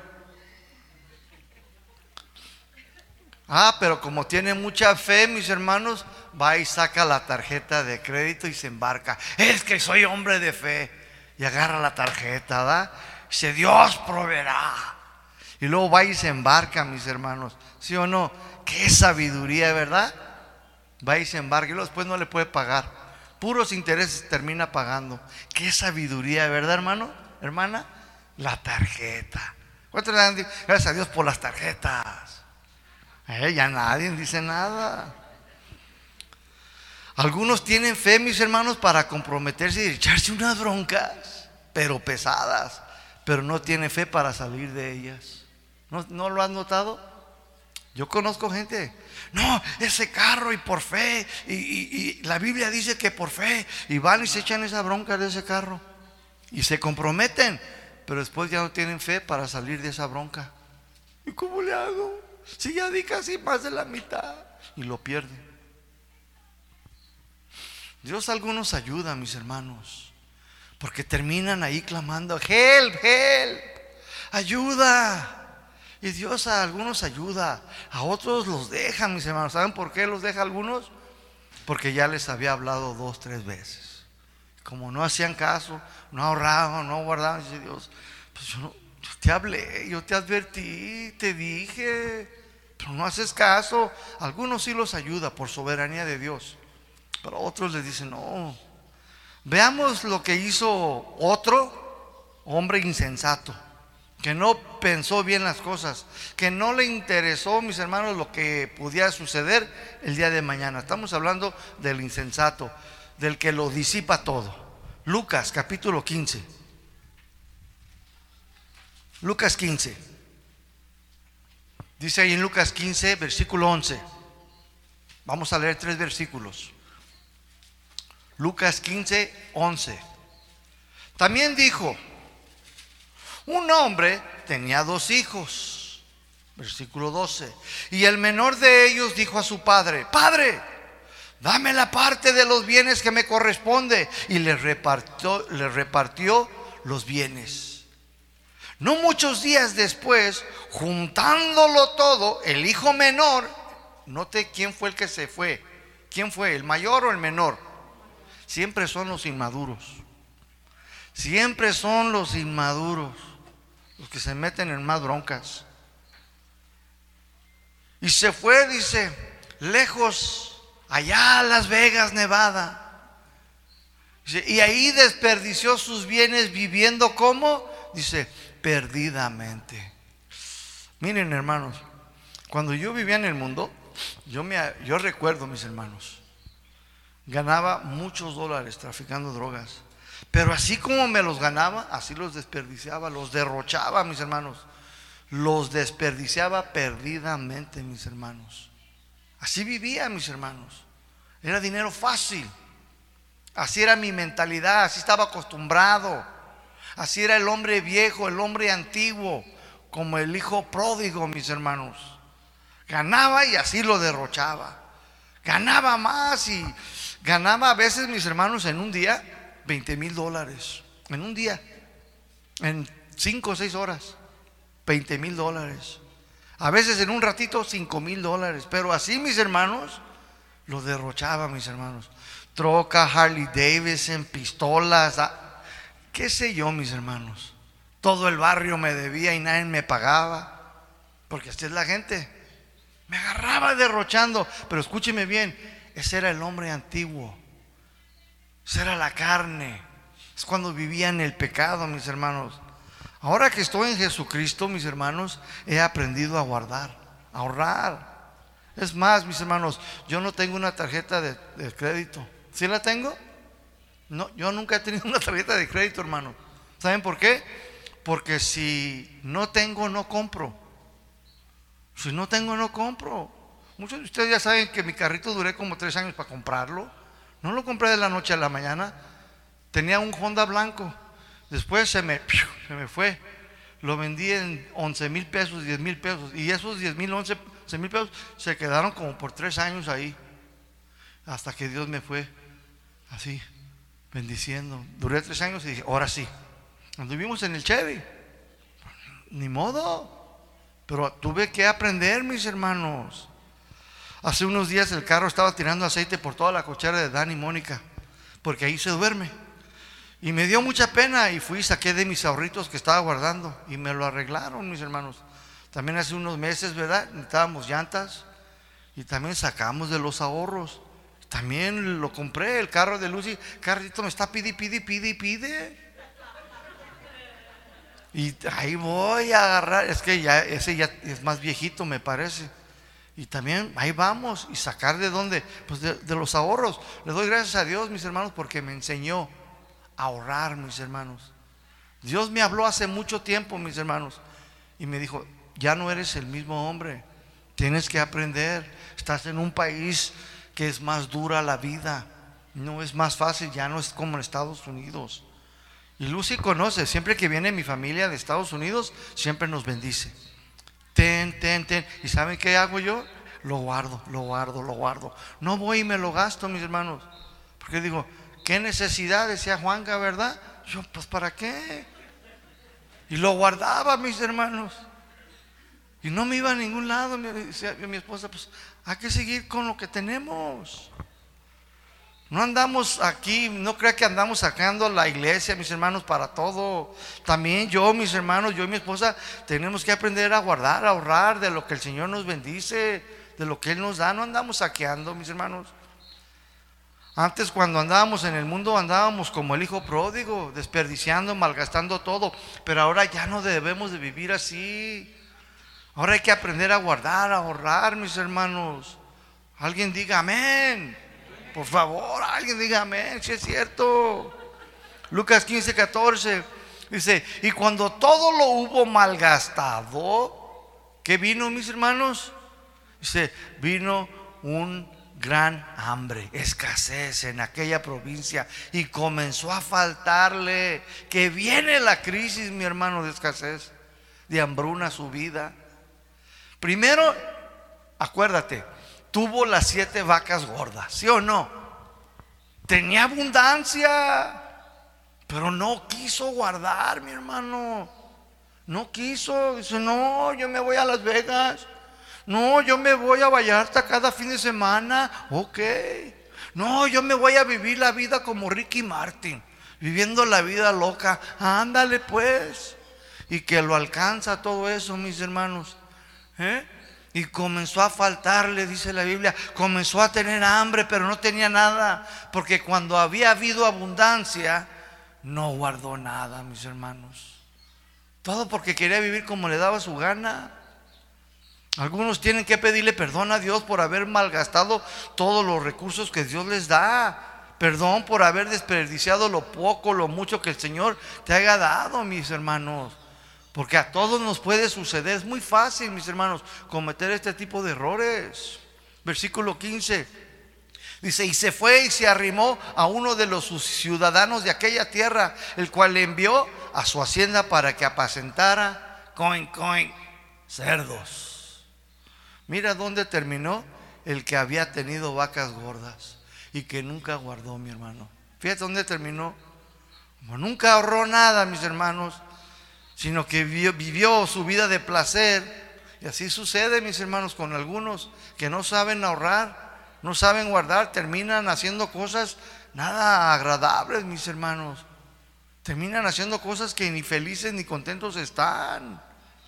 Pero como tiene mucha fe, mis hermanos, va y saca la tarjeta de crédito y se embarca. Es que soy hombre de fe. Y agarra la tarjeta, ¿verdad? Dice, Dios proveerá. Y luego va y se embarca, mis hermanos. ¿Sí o no? Qué sabiduría, ¿verdad? Va y se embarca y luego después no le puede pagar. Puros intereses termina pagando. Qué sabiduría, ¿verdad, hermano? Hermana, la tarjeta. ¿Cuántos le dan gracias a Dios por las tarjetas? Ya nadie dice nada. Algunos tienen fe, mis hermanos, para comprometerse y echarse unas broncas, pero pesadas, pero no tienen fe para salir de ellas. ¿No lo has notado? Yo conozco gente, no, ese carro y por fe, y la Biblia dice que por fe, y van y se echan esa bronca de ese carro, y se comprometen, pero después ya no tienen fe para salir de esa bronca. ¿Y cómo le hago? Si ya di casi más de la mitad, y lo pierden. Dios algunos ayuda, mis hermanos, porque terminan ahí clamando, help, help, ayuda. Y Dios a algunos ayuda, a otros los deja, mis hermanos. ¿Saben por qué los deja a algunos? Porque ya les había hablado 2, 3 veces. Como no hacían caso, no ahorraban, no guardaban, dice Dios, pues yo te hablé, yo te advertí, te dije, pero no haces caso. Algunos sí los ayuda por soberanía de Dios, pero otros les dicen no. Veamos lo que hizo otro hombre insensato, que no pensó bien las cosas, que no le interesó, mis hermanos, lo que pudiera suceder el día de mañana. Estamos hablando del insensato, del que lo disipa todo. Lucas capítulo 15. Lucas 15. Dice ahí en Lucas 15, versículo 11. Vamos a leer 3 versículos. Lucas 15, 11. También dijo: un hombre tenía 2 hijos. Versículo 12. Y el menor de ellos dijo a su padre: Padre, dame la parte de los bienes que me corresponde. Y le repartió los bienes. No muchos días después, juntándolo todo, el hijo menor, note quién fue el que se fue. ¿Quién fue? ¿El mayor o el menor? Siempre son los inmaduros. Siempre son los inmaduros los que se meten en más broncas. Y se fue, dice, lejos, allá a Las Vegas, Nevada. Dice, y ahí desperdició sus bienes viviendo como, dice, perdidamente. Miren, hermanos, cuando yo vivía en el mundo, yo recuerdo, mis hermanos, ganaba muchos dólares traficando drogas, pero así como me los ganaba, así los desperdiciaba, los derrochaba, mis hermanos, los desperdiciaba perdidamente, mis hermanos. Así vivía, mis hermanos. Era dinero fácil. Así era mi mentalidad, así estaba acostumbrado. Así era el hombre viejo, el hombre antiguo, como el hijo pródigo, mis hermanos. Ganaba y así lo derrochaba. Ganaba más y ganaba a veces, mis hermanos, en un día $20,000. En un día, en 5 o 6 horas, $20,000. A veces en un ratito $5,000. Pero así, mis hermanos, lo derrochaba, mis hermanos. Troca, Harley Davidson, pistolas, qué sé yo, mis hermanos. Todo el barrio me debía y nadie me pagaba, porque así es la gente. Me agarraba derrochando. Pero escúcheme bien, ese era el hombre antiguo. Esa era la carne. Es cuando vivía en el pecado, mis hermanos. Ahora que estoy en Jesucristo, mis hermanos, he aprendido a guardar, a ahorrar. Es más, mis hermanos, yo no tengo una tarjeta de crédito. ¿Sí la tengo? No, yo nunca he tenido una tarjeta de crédito, hermano. ¿Saben por qué? Porque si no tengo, no compro. Si no tengo, no compro. Muchos de ustedes ya saben que mi carrito duré como 3 años para comprarlo. No lo compré de la noche a la mañana. Tenía un Honda blanco. Después se me fue. Lo vendí en 11,000 pesos, 10,000 pesos. Y esos 10,000, 11,000 pesos se quedaron como por 3 años ahí. Hasta que Dios me fue así bendiciendo. Duré 3 años y dije, ahora sí. Anduvimos en el Chevy. Ni modo. Pero tuve que aprender, mis hermanos. Hace unos días el carro estaba tirando aceite por toda la cochera de Dan y Mónica, porque ahí se duerme. Y me dio mucha pena y fui y saqué de mis ahorritos que estaba guardando y me lo arreglaron, mis hermanos. También hace unos meses, ¿verdad? Necesitábamos llantas y también sacamos de los ahorros. También lo compré, el carro de Lucy. Carrito me está pide. Y ahí voy a agarrar. Es que ese ya es más viejito, me parece. Y también ahí vamos. ¿Y sacar de dónde? Pues de los ahorros. Le doy gracias a Dios, mis hermanos, porque me enseñó a ahorrar, mis hermanos. Dios me habló hace mucho tiempo, mis hermanos, y me dijo, ya no eres el mismo hombre. Tienes que aprender. Estás en un país que es más dura la vida. No es más fácil, ya no es como en Estados Unidos. Y Lucy conoce, siempre que viene mi familia de Estados Unidos, siempre nos bendice. Ten. ¿Y saben qué hago yo? Lo guardo. No voy y me lo gasto, mis hermanos. Porque digo, ¿qué necesidad? Decía Juanca, ¿verdad? Yo, pues, ¿para qué? Y lo guardaba, mis hermanos. Y no me iba a ningún lado. Me decía mi esposa, pues, hay que seguir con lo que tenemos. No andamos aquí, no crea que andamos sacando la iglesia, mis hermanos, para todo. También yo, mis hermanos, yo y mi esposa tenemos que aprender a guardar, a ahorrar de lo que el Señor nos bendice, de lo que Él nos da. No andamos saqueando, mis hermanos. Antes, cuando andábamos en el mundo, andábamos como el hijo pródigo, desperdiciando, malgastando todo. Pero ahora ya no debemos de vivir así. Ahora hay que aprender a guardar, a ahorrar, mis hermanos. Alguien diga amén. Por favor, alguien diga amén, si es cierto. Lucas 15, 14. Dice, y cuando todo lo hubo malgastado, ¿qué vino, mis hermanos? Dice, vino un gran hambre, escasez en aquella provincia, y comenzó a faltarle. Que viene la crisis, mi hermano, de escasez, de hambruna a su vida. Primero, acuérdate, tuvo las 7 vacas gordas, ¿sí o no? Tenía abundancia, pero no quiso guardar, mi hermano. No quiso. Dice, no, yo me voy a Las Vegas. No, yo me voy a Vallarta cada fin de semana. Ok. No, yo me voy a vivir la vida como Ricky Martin, viviendo la vida loca. Ándale pues. Y que lo alcanza todo eso, mis hermanos. Y comenzó a faltarle, dice la Biblia. Comenzó a tener hambre, pero no tenía nada, porque cuando había habido abundancia, no guardó nada, mis hermanos. Todo porque quería vivir como le daba su gana. Algunos tienen que pedirle perdón a Dios por haber malgastado todos los recursos que Dios les da. Perdón por haber desperdiciado lo poco, lo mucho que el Señor te haya dado, mis hermanos. Porque a todos nos puede suceder. Es muy fácil, mis hermanos, cometer este tipo de errores. Versículo 15 dice, y se fue y se arrimó a uno de los ciudadanos de aquella tierra, el cual le envió a su hacienda para que apacentara cerdos. Mira dónde terminó el que había tenido vacas gordas y que nunca guardó, mi hermano. Fíjate dónde terminó. Como nunca ahorró nada, mis hermanos, sino que vivió su vida de placer. Y así sucede, mis hermanos, con algunos que no saben ahorrar, no saben guardar, terminan haciendo cosas nada agradables, mis hermanos. Terminan haciendo cosas que ni felices ni contentos están.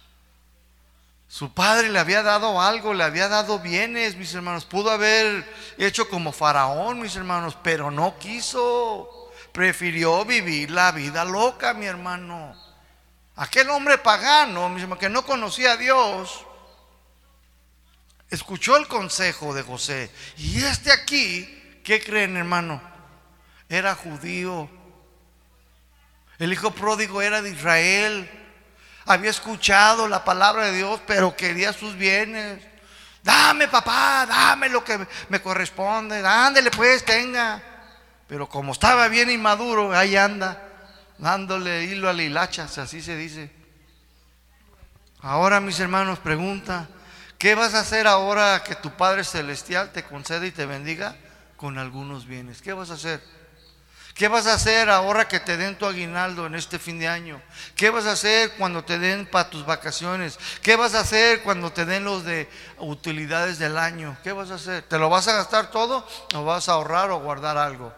Su padre le había dado algo, le había dado bienes, mis hermanos. Pudo haber hecho como Faraón, mis hermanos, pero no quiso. Prefirió vivir la vida loca, mi hermano. Aquel hombre pagano, mis hermanos, que no conocía a Dios, escuchó el consejo de José. Y este aquí, ¿qué creen, hermano? Era judío. El hijo pródigo era de Israel. Había escuchado la palabra de Dios, pero quería sus bienes. Dame, papá, dame lo que me corresponde. Ándele pues, tenga. Pero como estaba bien inmaduro, ahí anda, dándole hilo a la hilacha, así se dice. Ahora, mis hermanos, pregunta, ¿qué vas a hacer ahora que tu Padre Celestial te conceda y te bendiga con algunos bienes? ¿Qué vas a hacer? ¿Qué vas a hacer ahora que te den tu aguinaldo en este fin de año? ¿Qué vas a hacer cuando te den para tus vacaciones? ¿Qué vas a hacer cuando te den los de utilidades del año? ¿Qué vas a hacer? ¿Te lo vas a gastar todo o vas a ahorrar o guardar algo?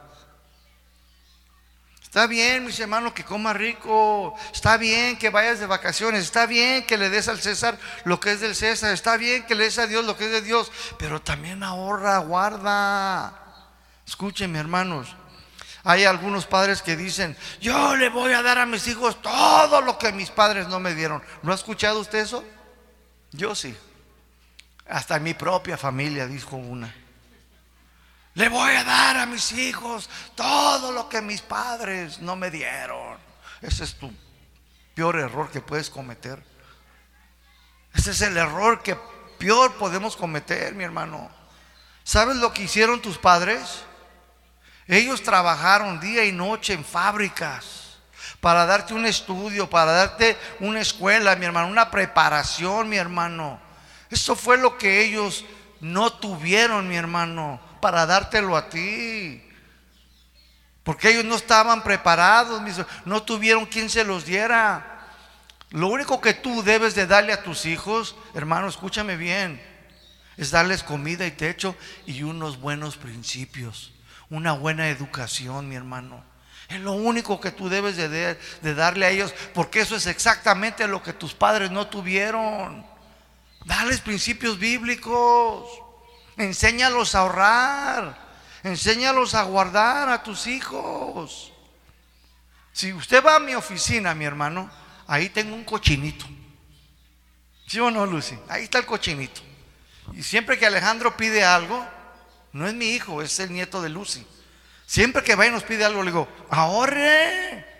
Está bien, mis hermanos, que comas rico. Está bien que vayas de vacaciones. Está bien que le des al César lo que es del César. Está bien que le des a Dios lo que es de Dios. Pero también ahorra, guarda. Escúchenme, hermanos. Hay algunos padres que dicen, yo le voy a dar a mis hijos todo lo que mis padres no me dieron. ¿No ha escuchado usted eso? Yo sí. Hasta en mi propia familia dijo una. Le voy a dar a mis hijos todo lo que mis padres no me dieron. Ese es tu peor error que puedes cometer. Ese es el error que peor podemos cometer, mi hermano. ¿Sabes lo que hicieron tus padres? Ellos trabajaron día y noche en fábricas para darte un estudio, para darte una escuela, mi hermano, una preparación, mi hermano. Eso fue lo que ellos no tuvieron, mi hermano, para dártelo a ti. Porque ellos no estaban preparados, no tuvieron quien se los diera. Lo único que tú debes de darle a tus hijos, hermano, escúchame bien, es darles comida y techo y unos buenos principios. Una buena educación, mi hermano. Es lo único que tú debes de darle a ellos, porque eso es exactamente lo que tus padres no tuvieron. Dales principios bíblicos. Enséñalos a ahorrar. Enséñalos a guardar a tus hijos. Si usted va a mi oficina, mi hermano, ahí tengo un cochinito. ¿Sí o no, Lucy? Ahí está el cochinito. Y siempre que Alejandro pide algo, no es mi hijo, es el nieto de Lucy. Siempre que va y nos pide algo, le digo, ahorre,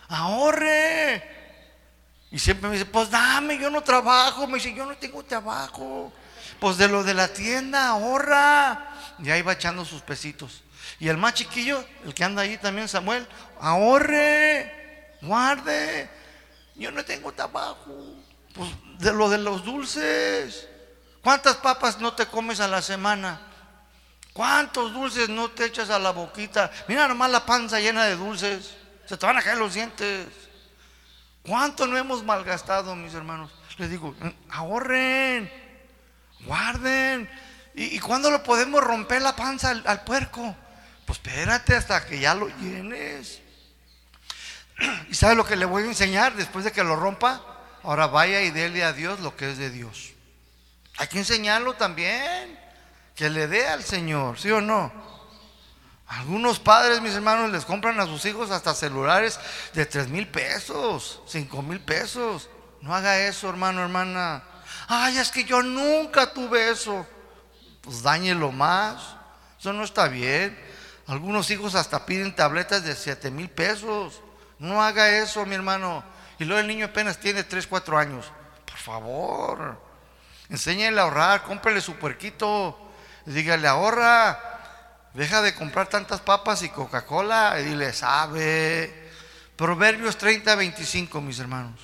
ahorre. Y siempre me dice, pues dame, yo no trabajo. Me dice, yo no tengo trabajo. Pues de lo de la tienda, ahorra. Y ahí va echando sus pesitos. Y el más chiquillo, el que anda ahí también, Samuel, ahorre, guarde. Yo no tengo trabajo. Pues de lo de los dulces. ¿Cuántas papas no te comes a la semana? ¿Cuántos dulces no te echas a la boquita? Mira nomás la panza llena de dulces. Se te van a caer los dientes. ¿Cuánto no hemos malgastado, mis hermanos? Les digo, ahorren, guarden. ¿Y cuándo lo podemos romper la panza al puerco? Pues espérate hasta que ya lo llenes. ¿Y sabe lo que le voy a enseñar después de que lo rompa? Ahora vaya y dele a Dios lo que es de Dios. Hay que enseñarlo también, que le dé al Señor, ¿sí o no? Algunos padres, mis hermanos, les compran a sus hijos hasta celulares de 3,000 pesos, 5,000 pesos. No haga eso, hermano, hermana. Ay, es que yo nunca tuve eso. Pues dáñelo más. Eso no está bien. Algunos hijos hasta piden tabletas de 7,000 pesos. No haga eso, mi hermano. Y luego el niño apenas tiene 3, 4 años. Por favor, enséñele a ahorrar, cómprele su puerquito. Dígale, ahorra. Deja de comprar tantas papas y Coca-Cola. Y dile, sabe. Proverbios 30:25, mis hermanos.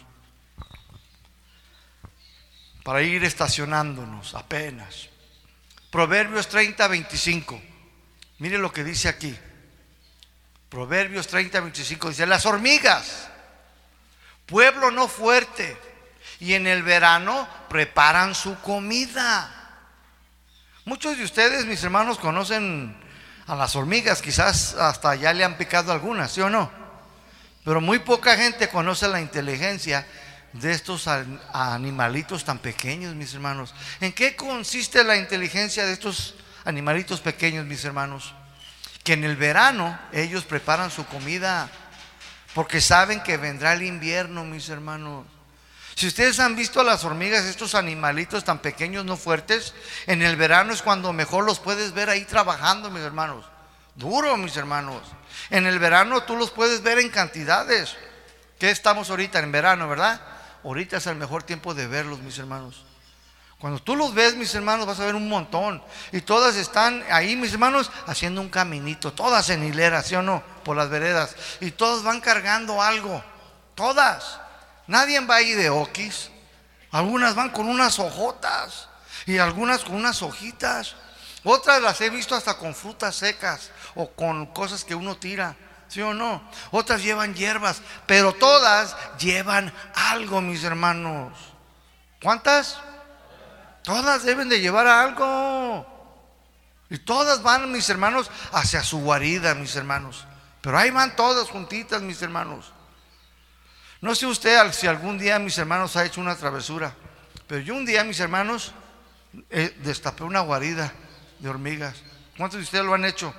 Para ir estacionándonos apenas. Proverbios 30:25. Mire lo que dice aquí. Proverbios 30:25 dice: las hormigas, pueblo no fuerte, y en el verano preparan su comida. Muchos de ustedes, mis hermanos, conocen a las hormigas. Quizás hasta ya le han picado algunas, ¿sí o no? Pero muy poca gente conoce la inteligencia de estos animalitos tan pequeños, mis hermanos. ¿En qué consiste la inteligencia de estos animalitos pequeños, mis hermanos? Que en el verano ellos preparan su comida, porque saben que vendrá el invierno, mis hermanos. Si ustedes han visto a las hormigas, estos animalitos tan pequeños, no fuertes, en el verano es cuando mejor los puedes ver ahí trabajando, mis hermanos. Duro, mis hermanos. En el verano tú los puedes ver en cantidades. ¿Qué estamos ahorita? En verano, ¿verdad? Ahorita es el mejor tiempo de verlos, mis hermanos. Cuando tú los ves, mis hermanos, vas a ver un montón. Y todas están ahí, mis hermanos, haciendo un caminito. Todas en hilera, ¿sí o no? Por las veredas. Y todas van cargando algo. Todas. Nadie va ahí de oquis. Algunas van con unas hojotas. Y algunas con unas hojitas. Otras las he visto hasta con frutas secas. O con cosas que uno tira, ¿sí o no? Otras llevan hierbas. Pero todas llevan algo, mis hermanos. ¿Cuántas? Todas deben de llevar algo. Y todas van, mis hermanos, hacia su guarida, mis hermanos. Pero ahí van todas juntitas, mis hermanos. No sé usted si algún día, mis hermanos, ha hecho una travesura. Pero yo un día, mis hermanos, destapé una guarida de hormigas. ¿Cuántos de ustedes lo han hecho?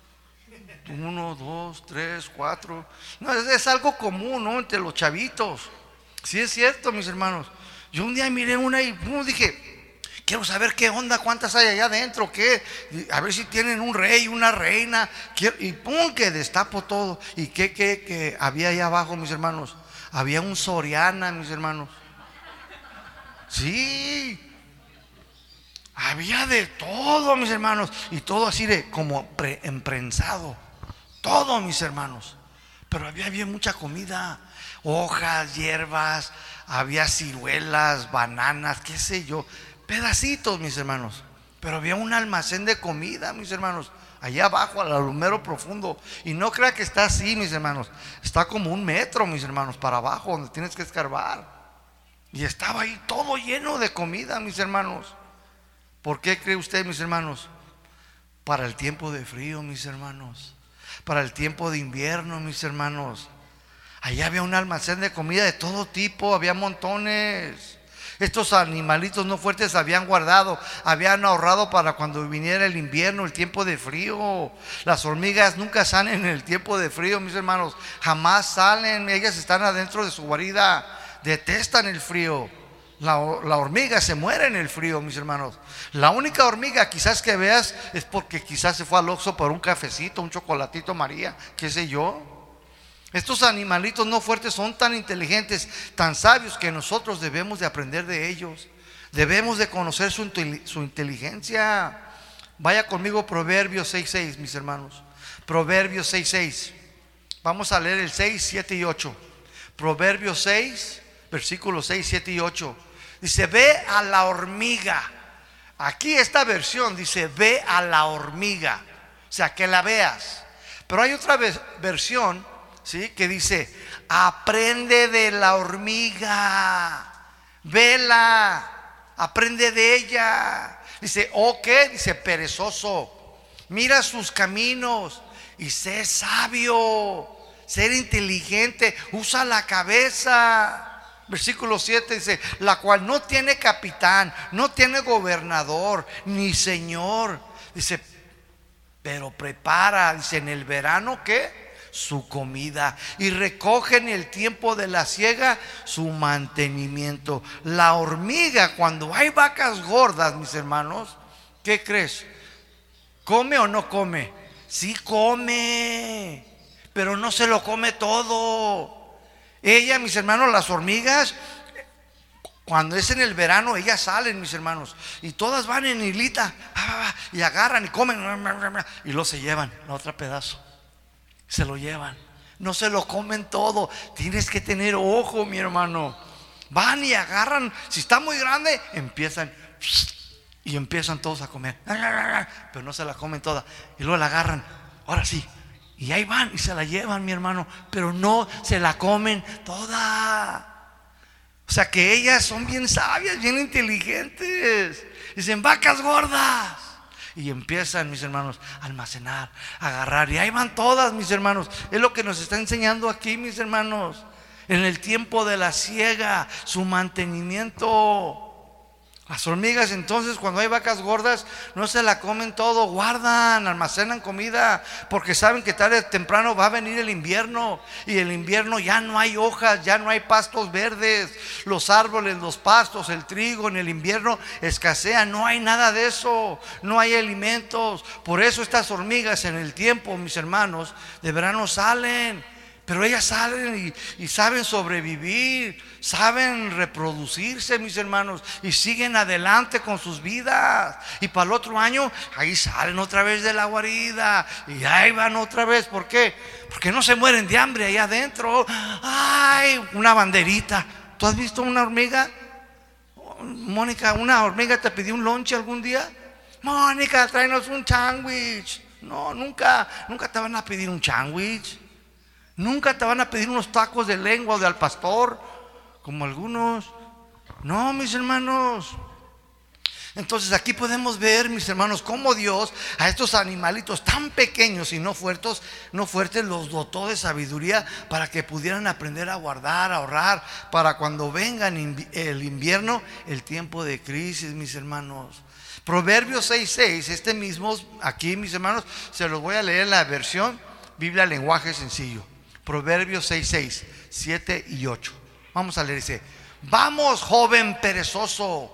1, 2, 3, 4. No, es algo común, ¿no? Entre los chavitos. Sí es cierto, mis hermanos. Yo un día miré una y dije, quiero saber qué onda, cuántas hay allá adentro, qué, a ver si tienen un rey, una reina. Y pum, que destapo todo. ¿Y qué había allá abajo, mis hermanos? Había un Soriana, mis hermanos. Sí, había de todo, mis hermanos. Y todo así de como emprensado. Todo, mis hermanos. Pero había mucha comida. Hojas, hierbas, había ciruelas, bananas, qué sé yo. Pedacitos, mis hermanos. Pero había un almacén de comida, mis hermanos, allá abajo, al alumero profundo. Y no crea que está así, mis hermanos. Está como 1 metro, mis hermanos, para abajo, donde tienes que escarbar. Y estaba ahí todo lleno de comida, mis hermanos. ¿Por qué cree usted, mis hermanos? Para el tiempo de frío, mis hermanos. Para el tiempo de invierno, mis hermanos. Allá había un almacén de comida de todo tipo, había montones. Estos animalitos no fuertes habían guardado, habían ahorrado para cuando viniera el invierno, el tiempo de frío. Las hormigas nunca salen en el tiempo de frío, mis hermanos. Jamás salen, ellas están adentro de su guarida. Detestan el frío. La hormiga se muere en el frío, mis hermanos. La única hormiga quizás que veas es porque quizás se fue al Oxxo por un cafecito, un chocolatito María, qué sé yo. Estos animalitos no fuertes son tan inteligentes, tan sabios, que nosotros debemos de aprender de ellos. Debemos de conocer su inteligencia. Vaya conmigo Proverbios 6:6, mis hermanos. Proverbios 6:6. Vamos a leer el 6, 7 y 8. Proverbios 6, versículos 6, 7 y 8. Dice: ve a la hormiga. Aquí esta versión dice: ve a la hormiga, o sea, que la veas. Pero hay otra versión, ¿sí?, que dice: aprende de la hormiga, vela, aprende de ella. Dice: ¿o qué? Dice: perezoso, mira sus caminos y sé sabio, ser inteligente, usa la cabeza. Versículo 7 dice: la cual no tiene capitán, no tiene gobernador, ni señor. Dice: pero prepara, dice, en el verano, ¿qué? Su comida, y recoge en el tiempo de la siega su mantenimiento. La hormiga, cuando hay vacas gordas, mis hermanos, ¿qué crees? ¿Come o no come? Sí come, pero no se lo come todo. Ella, mis hermanos, las hormigas, cuando es en el verano, ellas salen, mis hermanos, y todas van en hilita, y agarran y comen, y luego se llevan la otra pedazo, se lo llevan. No se lo comen todo. Tienes que tener ojo, mi hermano. Van y agarran. Si está muy grande, empiezan todos a comer, pero no se la comen toda. Y luego la agarran, ahora sí, y ahí van y se la llevan, mi hermano, pero no se la comen toda. O sea que ellas son bien sabias, bien inteligentes. Dicen: vacas gordas. Y empiezan, mis hermanos, a almacenar, a agarrar. Y ahí van todas, mis hermanos. Es lo que nos está enseñando aquí, mis hermanos. En el tiempo de la siega, su mantenimiento. Las hormigas, entonces, cuando hay vacas gordas, no se la comen todo, guardan, almacenan comida, porque saben que tarde o temprano va a venir el invierno. Y el invierno ya no hay hojas, ya no hay pastos verdes. Los árboles, los pastos, el trigo en el invierno escasean. No hay nada de eso, no hay alimentos. Por eso estas hormigas en el tiempo, mis hermanos, de verano salen. Pero ellas salen y saben sobrevivir, saben reproducirse, mis hermanos, y siguen adelante con sus vidas. Y para el otro año, ahí salen otra vez de la guarida y ahí van otra vez. ¿Por qué? Porque no se mueren de hambre ahí adentro. ¡Ay! Una banderita. ¿Tú has visto una hormiga? Mónica, ¿una hormiga te pidió un lonche algún día? Mónica, tráenos un sándwich. No, nunca te van a pedir un sándwich. Nunca te van a pedir unos tacos de lengua o de al pastor, como algunos. No, mis hermanos. Entonces aquí podemos ver, mis hermanos, cómo Dios a estos animalitos tan pequeños y no fuertes los dotó de sabiduría para que pudieran aprender a guardar, a ahorrar, para cuando venga el invierno, el tiempo de crisis, mis hermanos. Proverbios 6:6, este mismo aquí, mis hermanos, se los voy a leer en la versión Biblia lenguaje sencillo. Proverbios 6:6, 7 y 8. Vamos a leer, dice: vamos, joven perezoso,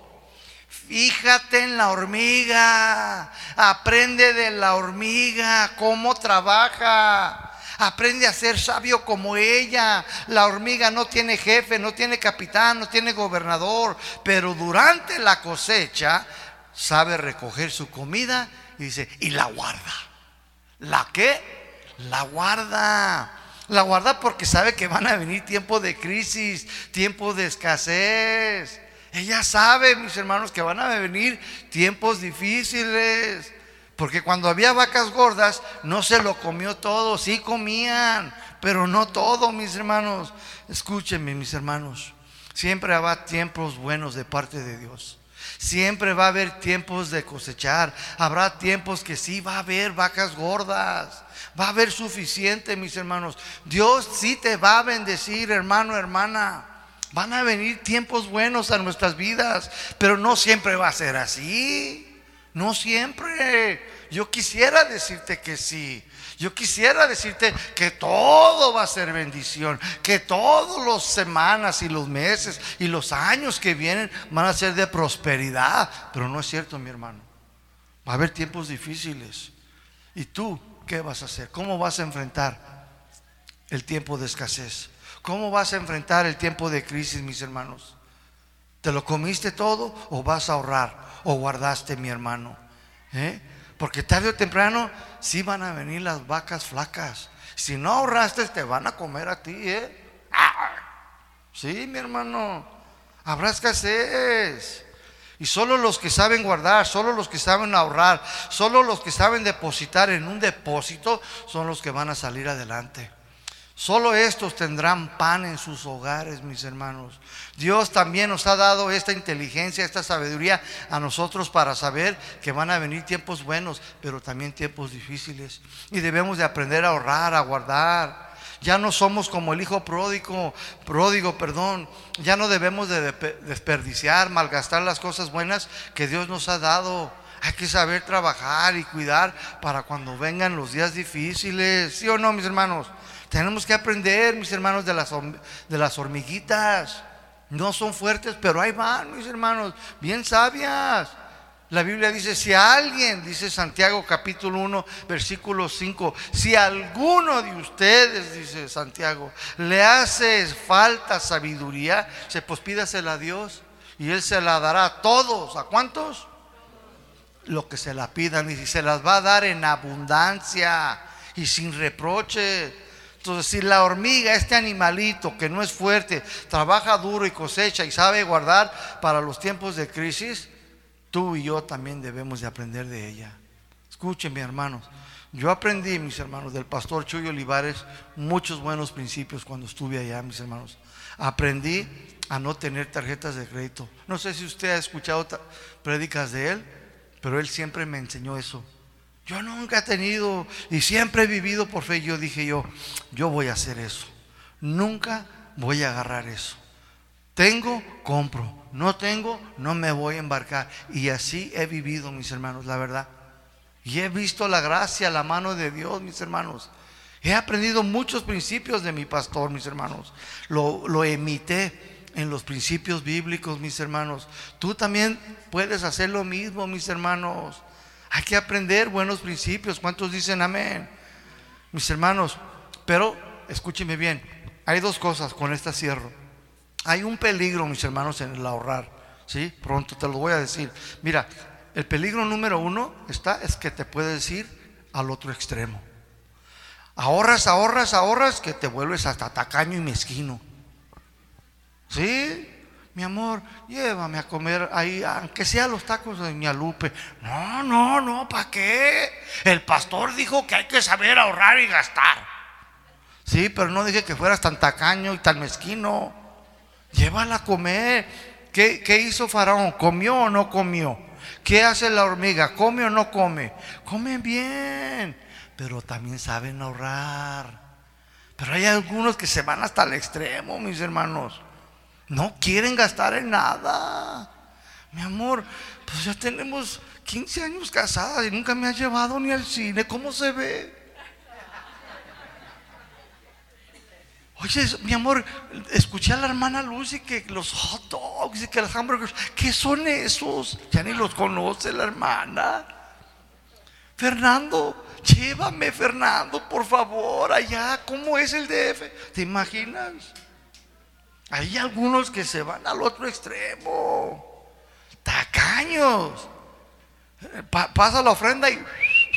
fíjate en la hormiga, aprende de la hormiga cómo trabaja, aprende a ser sabio como ella. La hormiga no tiene jefe, no tiene capitán, no tiene gobernador, pero durante la cosecha sabe recoger su comida. Y dice: y la guarda. ¿La qué? La guarda. La guarda porque sabe que van a venir tiempos de crisis, tiempos de escasez. Ella sabe, mis hermanos, que van a venir tiempos difíciles. Porque cuando había vacas gordas, no se lo comió todo. Sí comían, pero no todo, mis hermanos. Escúchenme, mis hermanos. Siempre habrá tiempos buenos de parte de Dios. Siempre va a haber tiempos de cosechar. Habrá tiempos que sí va a haber vacas gordas. Va a haber suficiente, mis hermanos. Dios sí te va a bendecir, hermano, hermana. Van a venir tiempos buenos a nuestras vidas, pero no siempre va a ser así. No siempre. Yo quisiera decirte que sí. Yo quisiera decirte que todo va a ser bendición, que todas las semanas y los meses y los años que vienen van a ser de prosperidad. Pero no es cierto, mi hermano. Va a haber tiempos difíciles. ¿Y tú qué vas a hacer? ¿Cómo vas a enfrentar el tiempo de escasez? ¿Cómo vas a enfrentar el tiempo de crisis, mis hermanos? ¿Te lo comiste todo o vas a ahorrar o guardaste, mi hermano? Porque tarde o temprano sí van a venir las vacas flacas. Si no ahorraste, te van a comer a ti, Sí, mi hermano, habrá escasez. Y solo los que saben guardar, solo los que saben ahorrar, solo los que saben depositar en un depósito son los que van a salir adelante. Solo estos tendrán pan en sus hogares, mis hermanos. Dios también nos ha dado esta inteligencia, esta sabiduría a nosotros para saber que van a venir tiempos buenos, pero también tiempos difíciles. Y debemos de aprender a ahorrar, a guardar. Ya no somos como el hijo pródigo. Ya no debemos de desperdiciar, malgastar las cosas buenas que Dios nos ha dado. Hay que saber trabajar y cuidar para cuando vengan los días difíciles. ¿Sí o no, mis hermanos? Tenemos que aprender, mis hermanos, de las hormiguitas. No son fuertes, pero ahí van, mis hermanos, bien sabias. La Biblia dice, si a alguien, dice Santiago capítulo 1 versículo 5, si a alguno de ustedes, dice Santiago, le hace falta sabiduría, pues pídasela a Dios y Él se la dará a todos. ¿A cuántos? Lo que se la pidan, y se las va a dar en abundancia y sin reproche. Entonces, si la hormiga, este animalito que no es fuerte, trabaja duro y cosecha y sabe guardar para los tiempos de crisis, tú y yo también debemos de aprender de ella. Escúchenme, hermanos, yo aprendí, mis hermanos, del pastor Chuy Olivares muchos buenos principios cuando estuve allá, mis hermanos. Aprendí a no tener tarjetas de crédito. No sé si usted ha escuchado prédicas de él, pero él siempre me enseñó eso. Yo nunca he tenido y siempre he vivido por fe. Yo dije, yo voy a hacer eso. Nunca voy a agarrar eso. Tengo, compro. No tengo, no me voy a embarcar. Y así he vivido, mis hermanos, la verdad. Y he visto la gracia, la mano de Dios, mis hermanos. He aprendido muchos principios de mi pastor, mis hermanos. Lo imité en los principios bíblicos, mis hermanos. Tú también puedes hacer lo mismo, mis hermanos. Hay que aprender buenos principios. ¿Cuántos dicen amén? Mis hermanos, pero escúcheme bien, hay dos cosas, con esta cierro. Hay un peligro, mis hermanos, en el ahorrar, ¿sí? Pronto te lo voy a decir. Mira, el peligro número uno es que te puedes ir al otro extremo. Ahorras, que te vuelves hasta tacaño y mezquino. ¿Sí? Mi amor, llévame a comer ahí, aunque sea los tacos de Doña Lupe. No, ¿para qué? El pastor dijo que hay que saber ahorrar y gastar. Sí, pero no dije que fueras tan tacaño y tan mezquino. Llévala a comer. ¿Qué hizo Faraón? ¿Comió o no comió? ¿Qué hace la hormiga? ¿Come o no come? Comen bien, pero también saben ahorrar. Pero hay algunos que se van hasta el extremo, mis hermanos. No quieren gastar en nada. Mi amor, pues ya tenemos 15 años casadas y nunca me has llevado ni al cine. ¿Cómo se ve? Oye, mi amor, escuché a la hermana Lucy que los hot dogs y que los hamburgers, ¿qué son esos? Ya ni los conoce la hermana. Fernando, llévame, Fernando, por favor, allá. ¿Cómo es el DF? ¿Te imaginas? Hay algunos que se van al otro extremo, tacaños. Pasa la ofrenda y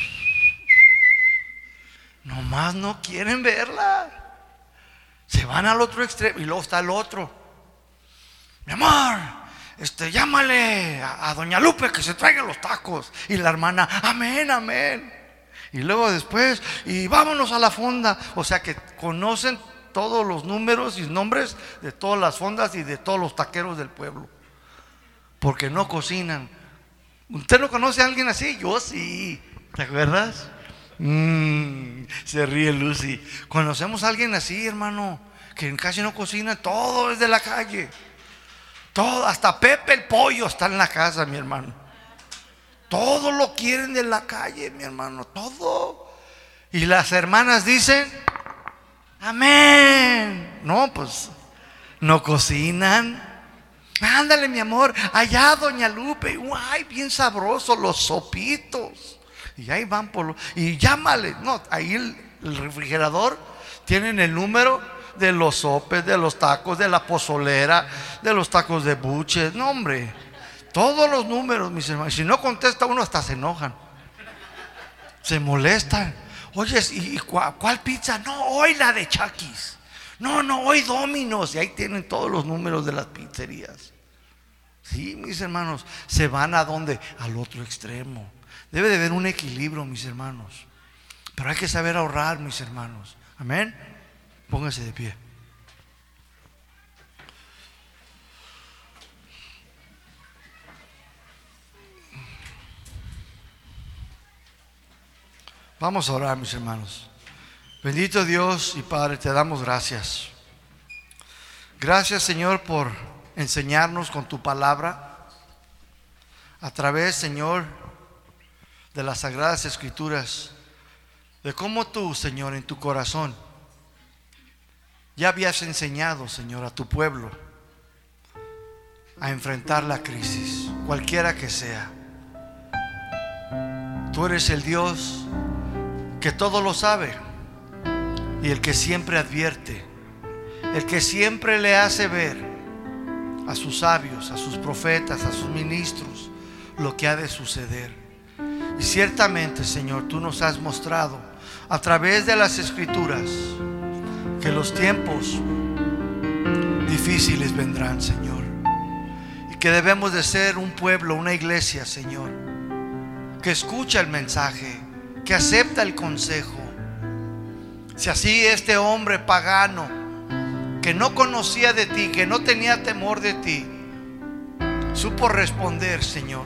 nomás no quieren verla. Se van al otro extremo y luego está el otro. Mi amor, llámale a Doña Lupe que se traiga los tacos. Y la hermana, amén. Y luego después, y vámonos a la fonda. O sea que conocen todos los números y nombres de todas las fondas y de todos los taqueros del pueblo, porque no cocinan. ¿Usted no conoce a alguien así? Yo sí. ¿Te acuerdas? Se ríe Lucy. Conocemos a alguien así, hermano, que casi no cocina. Todo es de la calle. Todo, hasta Pepe el pollo está en la casa, mi hermano. Todo lo quieren de la calle, mi hermano. Todo. Y las hermanas dicen amén. No, pues no cocinan. Ándale, mi amor, allá Doña Lupe. Ay, bien sabroso los sopitos. Y ahí van y llámale. No, ahí el refrigerador Tienen el número de los sopes, de los tacos, de la pozolera, de los tacos de buche. No, hombre, todos los números, mis hermanos. Si no contesta uno, hasta se enojan, se molestan. Oye, ¿y cuál pizza? No, hoy la de Chucky's. No, hoy Domino's. Y ahí tienen todos los números de las pizzerías. Sí, mis hermanos, se van ¿a dónde? Al otro extremo. Debe de haber un equilibrio, mis hermanos. Pero hay que saber ahorrar, mis hermanos. Amén. Póngase de pie. Vamos a orar, mis hermanos. Bendito Dios y Padre, te damos gracias. Gracias, Señor, por enseñarnos con tu palabra a través, Señor, de las Sagradas Escrituras, de cómo tú, Señor, en tu corazón ya habías enseñado, Señor, a tu pueblo a enfrentar la crisis, cualquiera que sea. Tú eres el Dios que todo lo sabe y el que siempre advierte, el que siempre le hace ver a sus sabios, a sus profetas, a sus ministros lo que ha de suceder. Y ciertamente, Señor, tú nos has mostrado a través de las Escrituras que los tiempos difíciles vendrán, Señor, y que debemos de ser un pueblo, una iglesia, Señor, que escucha el mensaje, que acepta el consejo. Si así este hombre pagano que no conocía de ti, que no tenía temor de ti, supo responder, Señor,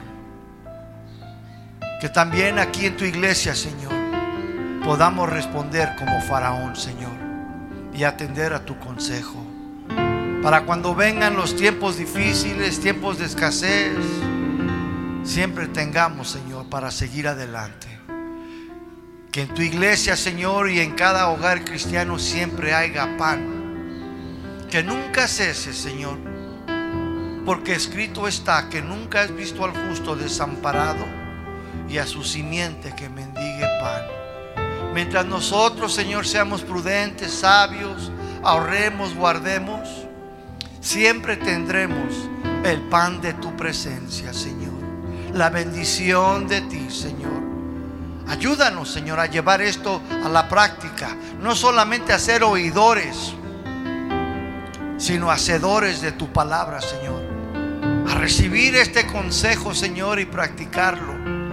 que también aquí en tu iglesia, Señor, podamos responder como Faraón, Señor, y atender a tu consejo, para cuando vengan los tiempos difíciles, tiempos de escasez, siempre tengamos, Señor, para seguir adelante. Que en tu iglesia, Señor, y en cada hogar cristiano siempre haya pan, que nunca cese, Señor, porque escrito está que nunca has visto al justo desamparado y a su simiente que mendigue pan. Mientras nosotros, Señor, seamos prudentes, sabios, ahorremos, guardemos, siempre tendremos el pan de tu presencia, Señor, la bendición de ti, Señor. Ayúdanos, Señor, a llevar esto a la práctica, no solamente a ser oidores, sino hacedores de tu palabra, Señor, a recibir este consejo, Señor, y practicarlo.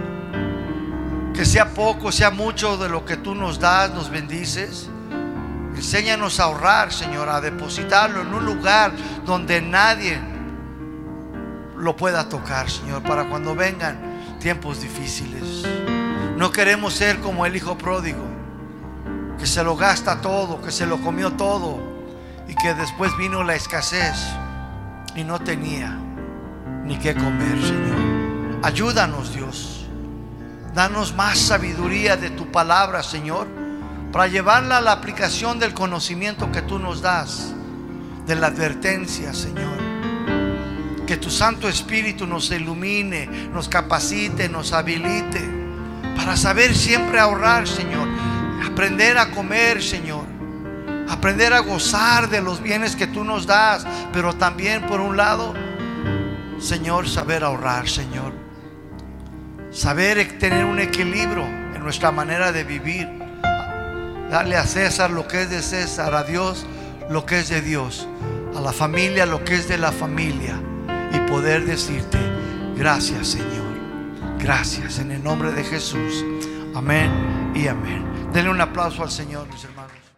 Que sea poco, sea mucho de lo que tú nos das, nos bendices. Enséñanos a ahorrar, Señor, a depositarlo en un lugar donde nadie lo pueda tocar, Señor, para cuando vengan tiempos difíciles. No queremos ser como el hijo pródigo, que se lo gasta todo, que se lo comió todo, y que después vino la escasez y no tenía ni qué comer, Señor. Ayúdanos, Dios. Danos más sabiduría de tu palabra, Señor, para llevarla a la aplicación del conocimiento que tú nos das, de la advertencia, Señor. Que tu Santo Espíritu nos ilumine, nos capacite, nos habilite para saber siempre ahorrar, Señor. Aprender a comer, Señor. Aprender a gozar de los bienes que tú nos das, pero también, por un lado, Señor, saber ahorrar, Señor. Saber tener un equilibrio en nuestra manera de vivir. Darle a César lo que es de César, a Dios lo que es de Dios, a la familia lo que es de la familia, y poder decirte gracias, Señor. Gracias en el nombre de Jesús. Amén y amén. Denle un aplauso al Señor, mis hermanos.